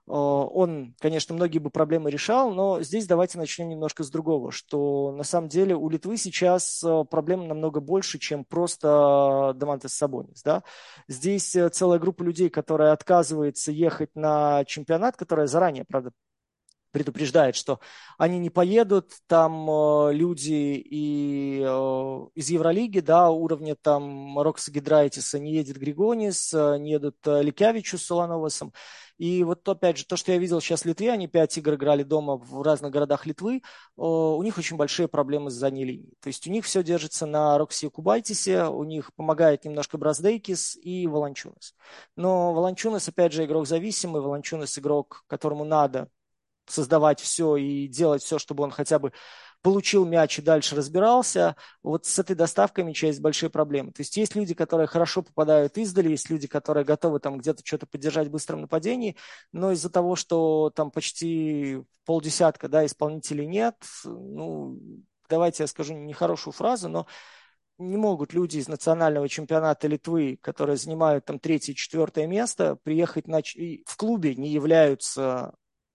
он, конечно, многие бы проблемы решал, но здесь давайте начнем немножко с другого, что на самом деле у Литвы сейчас проблем намного больше, чем просто Домантас Сабонис. Да? Здесь целая группа людей, которая отказывается ехать на чемпионат, которая заранее, правда, предупреждает, что они не поедут, там э, люди и, э, из Евролиги, да, уровня там Рокса Гидрайтиса, не едет Григонис, э, не едут э, Ликявичу с Солоновосом. И вот опять же, то, что я видел сейчас в Литве, они пять игр играли дома в разных городах Литвы, э, у них очень большие проблемы с задней линией. То есть у них все держится на Роксе Кубайтисе, у них помогает немножко Браздейкис и Волончунас. Но Волончунас, опять же, игрок зависимый, Волончунас игрок, которому надо создавать все и делать все, чтобы он хотя бы получил мяч и дальше разбирался. Вот с этой доставкой мяча есть большие проблемы. То есть есть люди, которые хорошо попадают издали, есть люди, которые готовы там где-то что-то поддержать в быстром нападении, но из-за того, что там почти полдесятка, да, исполнителей нет, ну, давайте я скажу нехорошую фразу, но не могут люди из национального чемпионата Литвы, которые занимают там третье, четвертое место, приехать на... и в клубе не являются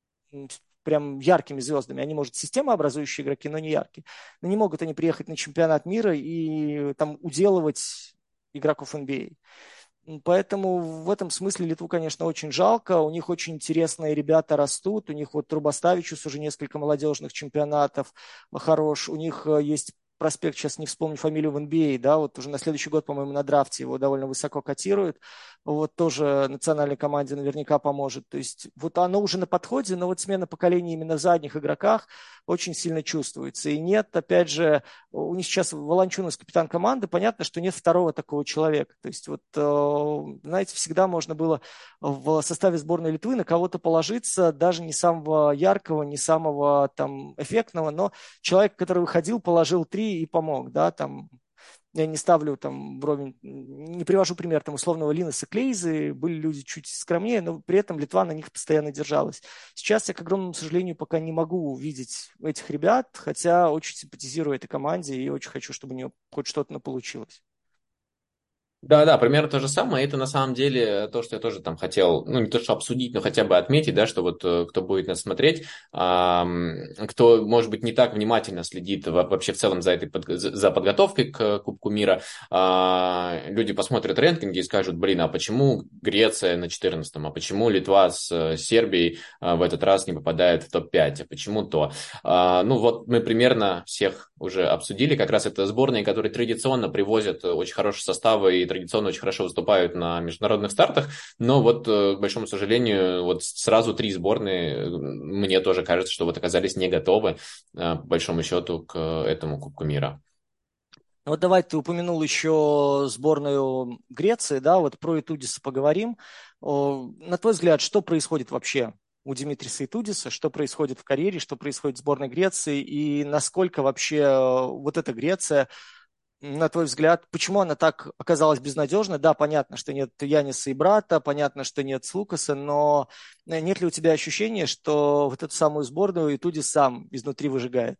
прям яркими звездами. Они, может, системообразующие игроки, но не яркие. Но не могут они приехать на чемпионат мира и там уделывать игроков эн би эй. Поэтому в этом смысле Литву, конечно, очень жалко. У них очень интересные ребята растут. У них вот Трубоставичус уже несколько молодежных чемпионатов хорош. У них есть проспект, сейчас не вспомню фамилию, в эн би эй, да, вот уже на следующий год, по-моему, на драфте его довольно высоко котируют. Вот тоже национальной команде наверняка поможет. То есть вот оно уже на подходе, но вот смена поколения именно в задних игроках очень сильно чувствуется. И нет, опять же, у них сейчас Волончунас капитан команды, понятно, что нет второго такого человека. То есть вот, знаете, всегда можно было в составе сборной Литвы на кого-то положиться, даже не самого яркого, не самого там эффектного, но человек, который выходил, положил три и помог, да, там. Я не ставлю там вровень, не привожу пример там условного Линеса Клейзы, были люди чуть скромнее, но при этом Литва на них постоянно держалась. Сейчас я, к огромному сожалению, пока не могу увидеть этих ребят, хотя очень симпатизирую этой команде и очень хочу, чтобы у нее хоть что-то получилось. Да-да, примерно то же самое. Это на самом деле то, что я тоже там хотел, ну не то что обсудить, но хотя бы отметить, да, что вот э, кто будет нас смотреть, э, кто, может быть, не так внимательно следит вообще в целом за этой под, за подготовкой к Кубку мира, э, люди посмотрят рейтинги и скажут, блин, а почему Греция на четырнадцатом, а почему Литва с Сербией э, в этот раз не попадает в топ пять, а почему то? Э, ну вот мы примерно всех уже обсудили, как раз это сборные, которые традиционно привозят очень хорошие составы и традиционно очень хорошо выступают на международных стартах, но вот, к большому сожалению, вот сразу три сборные, мне тоже кажется, что вот оказались не готовы, по большому счету, к этому Кубку мира. Вот давай, ты упомянул еще сборную Греции, да, вот про Итудиса поговорим. На твой взгляд, что происходит вообще у Димитриса Итудиса, что происходит в карьере, что происходит в сборной Греции, и насколько вообще вот эта Греция, на твой взгляд, почему она так оказалась безнадежной? Да, понятно, что нет Яниса и брата, понятно, что нет Лукаса, но нет ли у тебя ощущения, что вот эту самую сборную Итудис сам изнутри выжигает?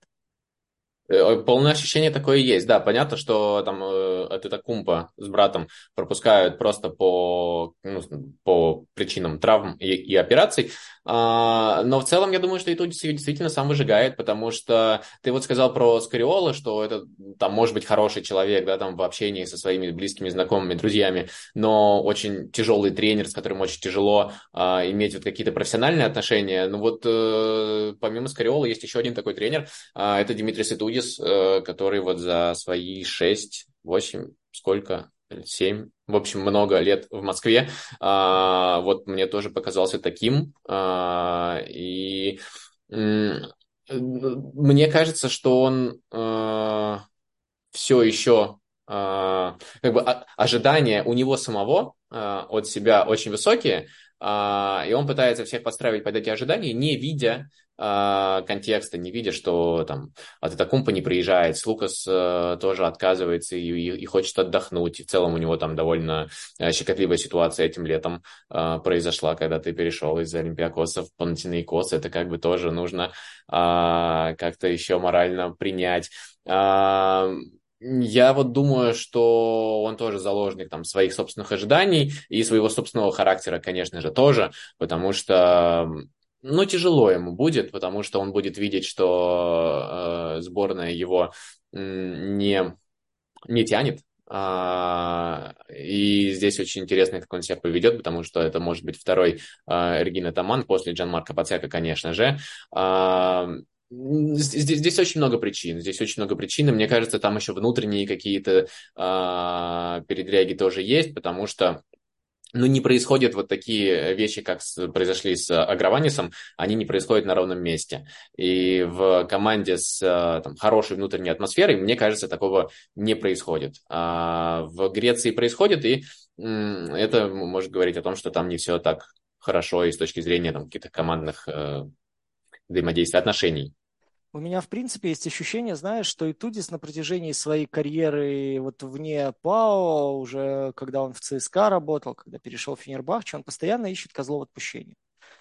Полное ощущение такое есть. Да, понятно, что там э, Атетокумпо с братом пропускают просто по, ну, по причинам травм и, и операций. А, но в целом я думаю, что Итудис ее действительно сам выжигает, потому что ты вот сказал про Скариола, что это там может быть хороший человек, да, там в общении со своими близкими, знакомыми, друзьями, но очень тяжелый тренер, с которым очень тяжело а, иметь вот какие-то профессиональные отношения. Ну вот э, помимо Скариола есть еще один такой тренер, а, это Димитрис Итудис, который вот за свои шесть, восемь, сколько, семь, в общем, много лет в Москве, а, вот мне тоже показался таким, а, и м, мне кажется, что он а, все еще а, как бы а, ожидания у него самого а, от себя очень высокие, а, и он пытается всех подстраивать под эти ожидания, не видя а, контекста, не видя, что там Атетокумпо не приезжает, Лукас а, тоже отказывается и, и, и хочет отдохнуть, и в целом у него там довольно а, щекотливая ситуация этим летом а, произошла, когда ты перешел из Олимпиакоса в Панатинаикос, это как бы тоже нужно а, как-то еще морально принять. А, Я вот думаю, что он тоже заложник там своих собственных ожиданий и своего собственного характера, конечно же, тоже, потому что, ну, тяжело ему будет, потому что он будет видеть, что э, сборная его м, не, не тянет. А, и здесь очень интересно, как он себя поведет, потому что это может быть второй э, Регина Таман после Джанмарко Пацека, конечно же. А, Здесь, здесь очень много причин. Здесь очень много причин. И мне кажется, там еще внутренние какие-то а, передряги тоже есть, потому что ну, не происходят вот такие вещи, как с, произошли с Агрованисом, они не происходят на ровном месте. И в команде с там, хорошей внутренней атмосферой, мне кажется, такого не происходит. А в Греции происходит, и м, это может говорить о том, что там не все так хорошо и с точки зрения там, каких-то командных э, взаимодействий, отношений. У меня, в принципе, есть ощущение, знаешь, что Итудис на протяжении своей карьеры вот вне ПАО, уже когда он в ЦСКА работал, когда перешел в Фенербахче, он постоянно ищет козлов отпущения.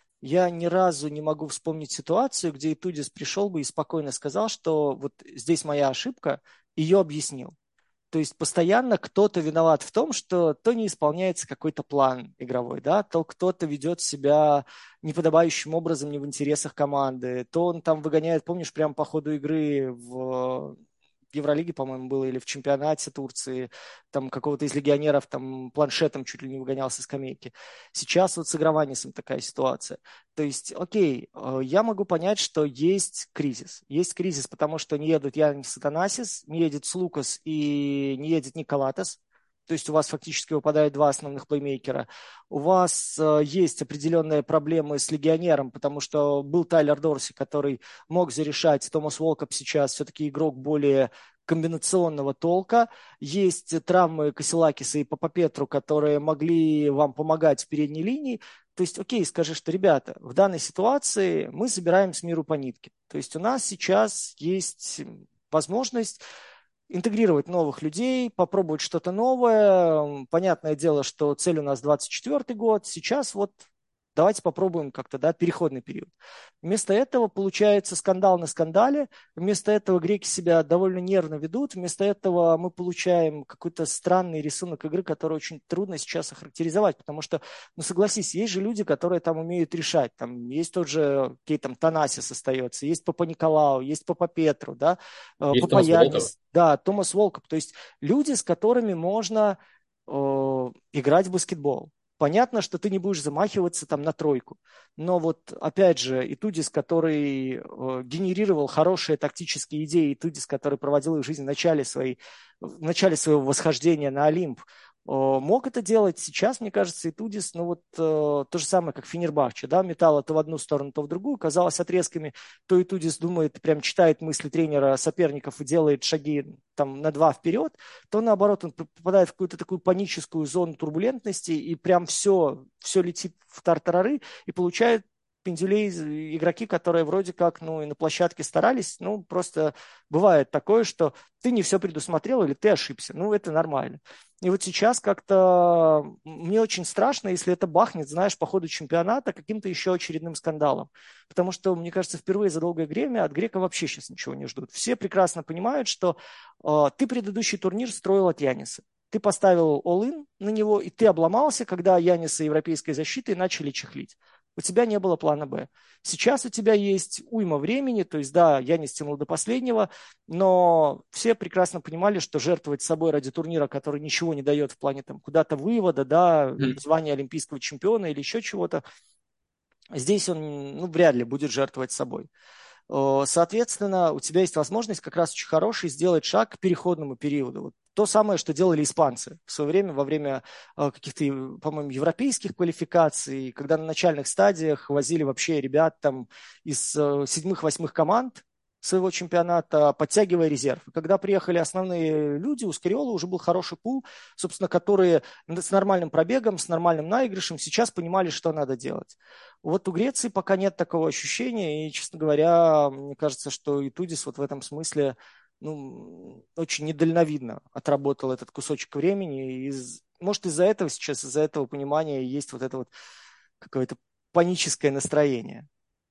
Я ни разу не могу вспомнить ситуацию, где Итудис пришел бы и спокойно сказал, что вот здесь моя ошибка, ее объяснил. То есть постоянно кто-то виноват в том, что то не исполняется какой-то план игровой, да, то кто-то ведет себя неподобающим образом не в интересах команды, то он там выгоняет, помнишь, прямо по ходу игры в в Евролиге, по-моему, было, или в чемпионате Турции, там какого-то из легионеров там планшетом чуть ли не выгонялся с скамейки. Сейчас вот с Игрованисом такая ситуация. То есть, окей, я могу понять, что есть кризис. Есть кризис, потому что не едут Янис Атанасис, не едет Слукас и не едет Николатас. То есть у вас фактически выпадают два основных плеймейкера. У вас э, есть определенные проблемы с легионером, потому что был Тайлер Дорси, который мог зарешать. Томас Волкоп сейчас все-таки игрок более комбинационного толка. Есть травмы Касилакиса и Папапетру, которые могли вам помогать в передней линии. То есть, окей, скажи, что, ребята, в данной ситуации мы собираем с миру по нитке. То есть у нас сейчас есть возможность интегрировать новых людей, попробовать что-то новое. Понятное дело, что цель у нас двадцать четвёртый год. Сейчас вот давайте попробуем как-то, да, переходный период. Вместо этого получается скандал на скандале, вместо этого греки себя довольно нервно ведут, вместо этого мы получаем какой-то странный рисунок игры, который очень трудно сейчас охарактеризовать, потому что, ну согласись, есть же люди, которые там умеют решать, там есть тот же, окей, там Танасис остается, есть Папа-Николау, есть Папа-Петру, да, Есть Томас Волков. Папаянис, да, Томас Волкоп, то есть люди, с которыми можно э, играть в баскетбол. Понятно, что ты не будешь замахиваться там на тройку. Но вот, опять же, Итудис, который э, генерировал хорошие тактические идеи, Итудис, который проводил их жизнь в начале, своей, в начале своего восхождения на Олимп, Мог это делать сейчас, мне кажется, и Тудис, ну вот то же самое, как Фенербахче, да, металла то в одну сторону, то в другую, казалось отрезками, то и Тудис думает, прям читает мысли тренера соперников и делает шаги там на два вперед, то наоборот он попадает в какую-то такую паническую зону турбулентности и прям все, все летит в тартарары и получает пиндюлей игроки, которые вроде как, ну, и на площадке старались, ну, просто бывает такое, что ты не все предусмотрел или ты ошибся, ну, это нормально. И вот сейчас как-то мне очень страшно, если это бахнет, знаешь, по ходу чемпионата каким-то еще очередным скандалом. Потому что, мне кажется, впервые за долгое время от Грека вообще сейчас ничего не ждут. Все прекрасно понимают, что э, ты предыдущий турнир строил от Яниса. Ты поставил all-in на него, и ты обломался, когда Яниса европейской защиты начали чехлить. У тебя не было плана Б. Сейчас у тебя есть уйма времени, то есть, да, я не стянул до последнего, но все прекрасно понимали, что жертвовать собой ради турнира, который ничего не дает в плане там куда-то вывода, да, звания олимпийского чемпиона или еще чего-то, здесь он, ну, вряд ли будет жертвовать собой. Соответственно, у тебя есть возможность как раз очень хороший сделать шаг к переходному периоду. Вот то самое, что делали испанцы в свое время, во время каких-то, по-моему, европейских квалификаций, когда на начальных стадиях возили вообще ребят там из седьмых-восьмых команд своего чемпионата, подтягивая резерв. И когда приехали основные люди, у Скариола уже был хороший пул, собственно, которые с нормальным пробегом, с нормальным наигрышем сейчас понимали, что надо делать. Вот у Греции пока нет такого ощущения, и, честно говоря, мне кажется, что и Тудис вот в этом смысле, ну, очень недальновидно отработал этот кусочек времени. И, может, из-за этого сейчас, из-за этого понимания есть вот это вот какое-то паническое настроение.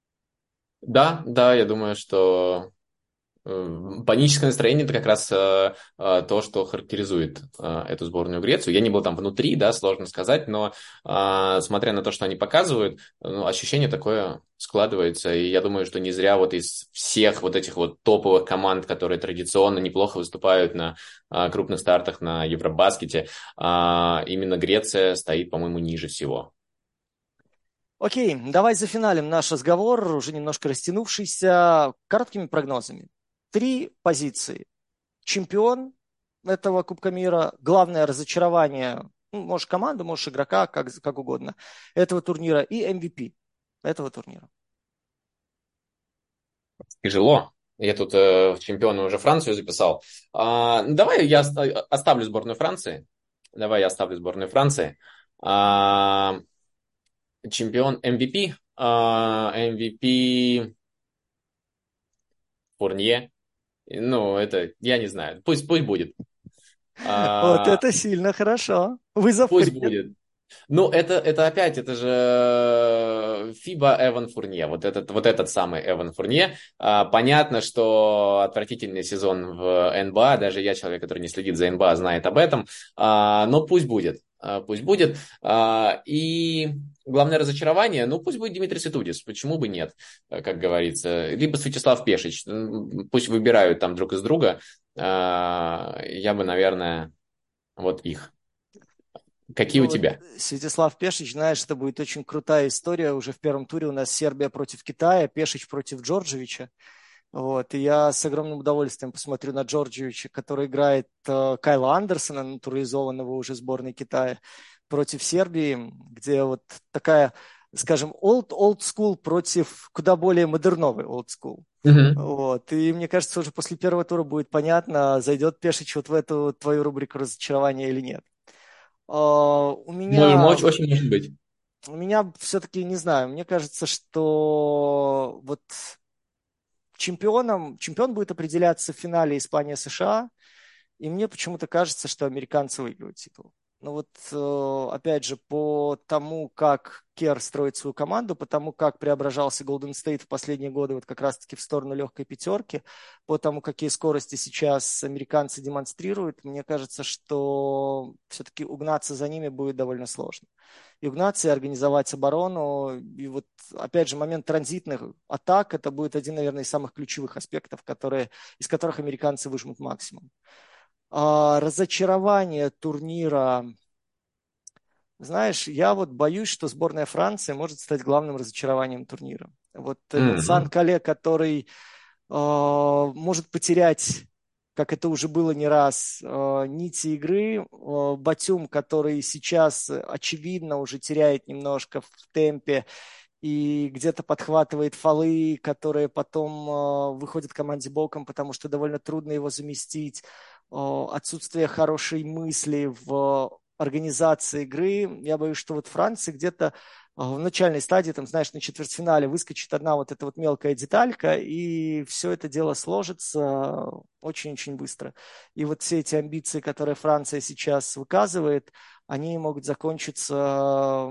Да, да, я думаю, что паническое настроение – это как раз э, э, то, что характеризует э, эту сборную Грецию. Я не был там внутри, да, сложно сказать, но э, смотря на то, что они показывают, ну, ощущение такое складывается. И я думаю, что не зря вот из всех вот этих вот топовых команд, которые традиционно неплохо выступают на э, крупных стартах на Евробаскете, э, именно Греция стоит, по-моему, ниже всего. Окей, давай зафиналим наш разговор, уже немножко растянувшийся, короткими прогнозами. Три позиции. Чемпион этого Кубка мира, главное разочарование, ну, можешь команду, можешь игрока, как, как угодно, этого турнира, и эм ви пи этого турнира. Тяжело. Я тут э, в чемпионы уже Францию записал. А, ну, давай я оставлю сборную Франции. Давай я оставлю сборную Франции. А, чемпион эм ви пи. А, эм ви пи Фурнье. Ну, это, я не знаю. Пусть, пусть будет. Вот А, это сильно хорошо. Вызов пусть принят. будет. Ну, это, это опять, это же Фиба Эван Фурнье, вот этот, вот этот самый Эван Фурнье. А, понятно, что отвратительный сезон в эн бэ а, даже я, человек, который не следит за эн бэ а, знает об этом, а, но пусть будет, а, пусть будет. А, и главное разочарование, ну, пусть будет Димитрий Ситудис, почему бы нет, как говорится. Либо Святослав Пешич, пусть выбирают там друг из друга, а, я бы, наверное, вот их. Какие Ну у вот, тебя? Святослав Пешич, знаешь, это будет очень крутая история. Уже в первом туре у нас Сербия против Китая, Пешич против Джорджевича. Вот, и я с огромным удовольствием посмотрю на Джорджевича, который играет э, Кайла Андерсона, натурализованного уже сборной Китая, против Сербии, где вот такая, скажем, old, old school против куда более модерновый old school. Мгм. Вот, и мне кажется, уже после первого тура будет понятно, зайдет Пешич вот в эту твою рубрику разочарования или нет. А, у Можем, меня, очень, очень может быть. у меня все-таки, не знаю, мне кажется, что вот чемпионом, чемпион будет определяться в финале Испания-США, и мне почему-то кажется, что американцы выиграют титул. Ну вот, э, опять же, по тому, как Кер строит свою команду, по тому, как преображался Golden State в последние годы вот как раз-таки в сторону легкой пятерки, по тому, какие скорости сейчас американцы демонстрируют, мне кажется, что все-таки угнаться за ними будет довольно сложно. И угнаться, и организовать оборону, и вот, опять же, момент транзитных атак, это будет один, наверное, из самых ключевых аспектов, которые, из которых американцы выжмут максимум. А, разочарование турнира. Знаешь, я вот боюсь, что сборная Франции может стать главным разочарованием турнира. Вот этот Мгм. Сан-Кале, который э, может потерять как это уже было не раз, э, нити игры. Э, Батюм, который сейчас, очевидно, уже теряет немножко в темпе и где-то подхватывает фолы, которые потом э, выходят команде боком, потому что довольно трудно его заместить. Э, отсутствие хорошей мысли в организации игры. Я боюсь, что вот Франция где-то э, в начальной стадии, там, знаешь, на четвертьфинале выскочит одна вот эта вот мелкая деталька, и все это дело сложится очень-очень быстро. И вот все эти амбиции, которые Франция сейчас выказывает, они могут закончиться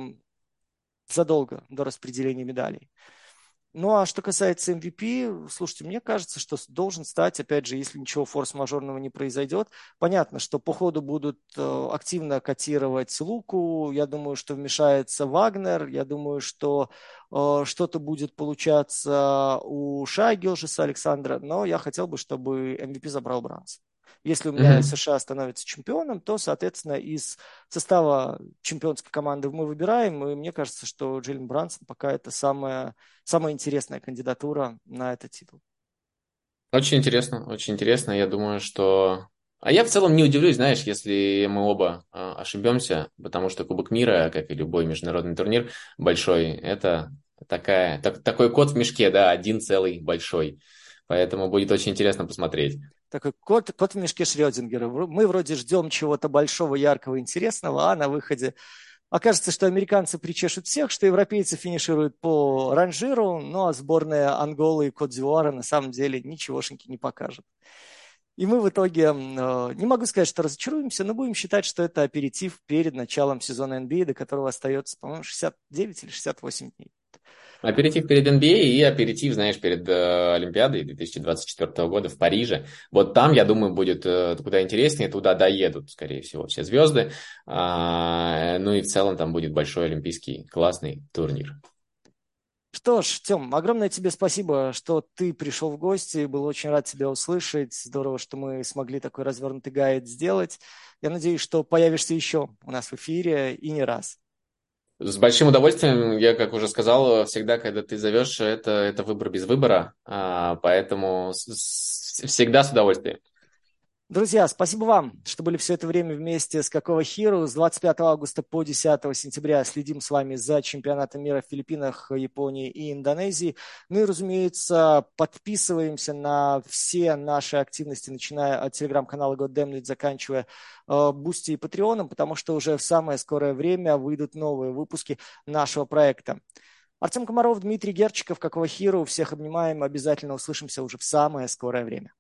задолго до распределения медалей. Ну, а что касается эм ви пи, слушайте, мне кажется, что должен стать, опять же, если ничего форс-мажорного не произойдет. Понятно, что по ходу будут э, активно котировать Луку, я думаю, что вмешается Вагнер, я думаю, что э, что-то будет получаться у Шай Гилжеса Александра, но я хотел бы, чтобы эм ви пи забрал Бранс. Если у меня Мгм. США становится чемпионом, то, соответственно, из состава чемпионской команды мы выбираем, и мне кажется, что Джейлен Брансон пока это самая, самая интересная кандидатура на этот титул. Очень интересно, очень интересно. Я думаю, что... А я в целом не удивлюсь, знаешь, если мы оба а, ошибемся, потому что Кубок мира, как и любой международный турнир большой, это такая, так, такой кот в мешке, да, один целый большой. Поэтому будет очень интересно посмотреть. Такой кот, кот в мешке Шрёдингера. Мы вроде ждем чего-то большого, яркого, интересного, а на выходе окажется, что американцы причешут всех, что европейцы финишируют по ранжиру, ну а сборная Анголы и Кот-д'Ивуара на самом деле ничегошеньки не покажет. И мы в итоге, э, не могу сказать, что разочаруемся, но будем считать, что это аперитив перед началом сезона эн би эй, до которого остается, по-моему, шестьдесят девять или шестьдесят восемь дней. Аперитив перед эн би эй и аперитив, знаешь, перед э, Олимпиадой две тысячи двадцать четвёртого года в Париже. Вот там, я думаю, будет э, куда интереснее, туда доедут, скорее всего, все звезды. А, ну и в целом там будет большой олимпийский классный турнир. Что ж, Тем, огромное тебе спасибо, что ты пришел в гости. Был очень рад тебя услышать. Здорово, что мы смогли такой развернутый гайд сделать. Я надеюсь, что появишься еще у нас в эфире и не раз. С большим удовольствием, я, как уже сказал, всегда, когда ты зовешь, это, это выбор без выбора, а, поэтому с- с- всегда с удовольствием. Друзья, спасибо вам, что были все это время вместе с Какого Хиру. С двадцать пятого августа по десятого сентября следим с вами за чемпионатом мира в Филиппинах, Японии и Индонезии. Ну и, разумеется, подписываемся на все наши активности, начиная от телеграм-канала Goddammit, заканчивая Бусти и Патреоном, потому что уже в самое скорое время выйдут новые выпуски нашего проекта. Артем Комаров, Дмитрий Герчиков, Какого Хиру. Всех обнимаем. Обязательно услышимся уже в самое скорое время.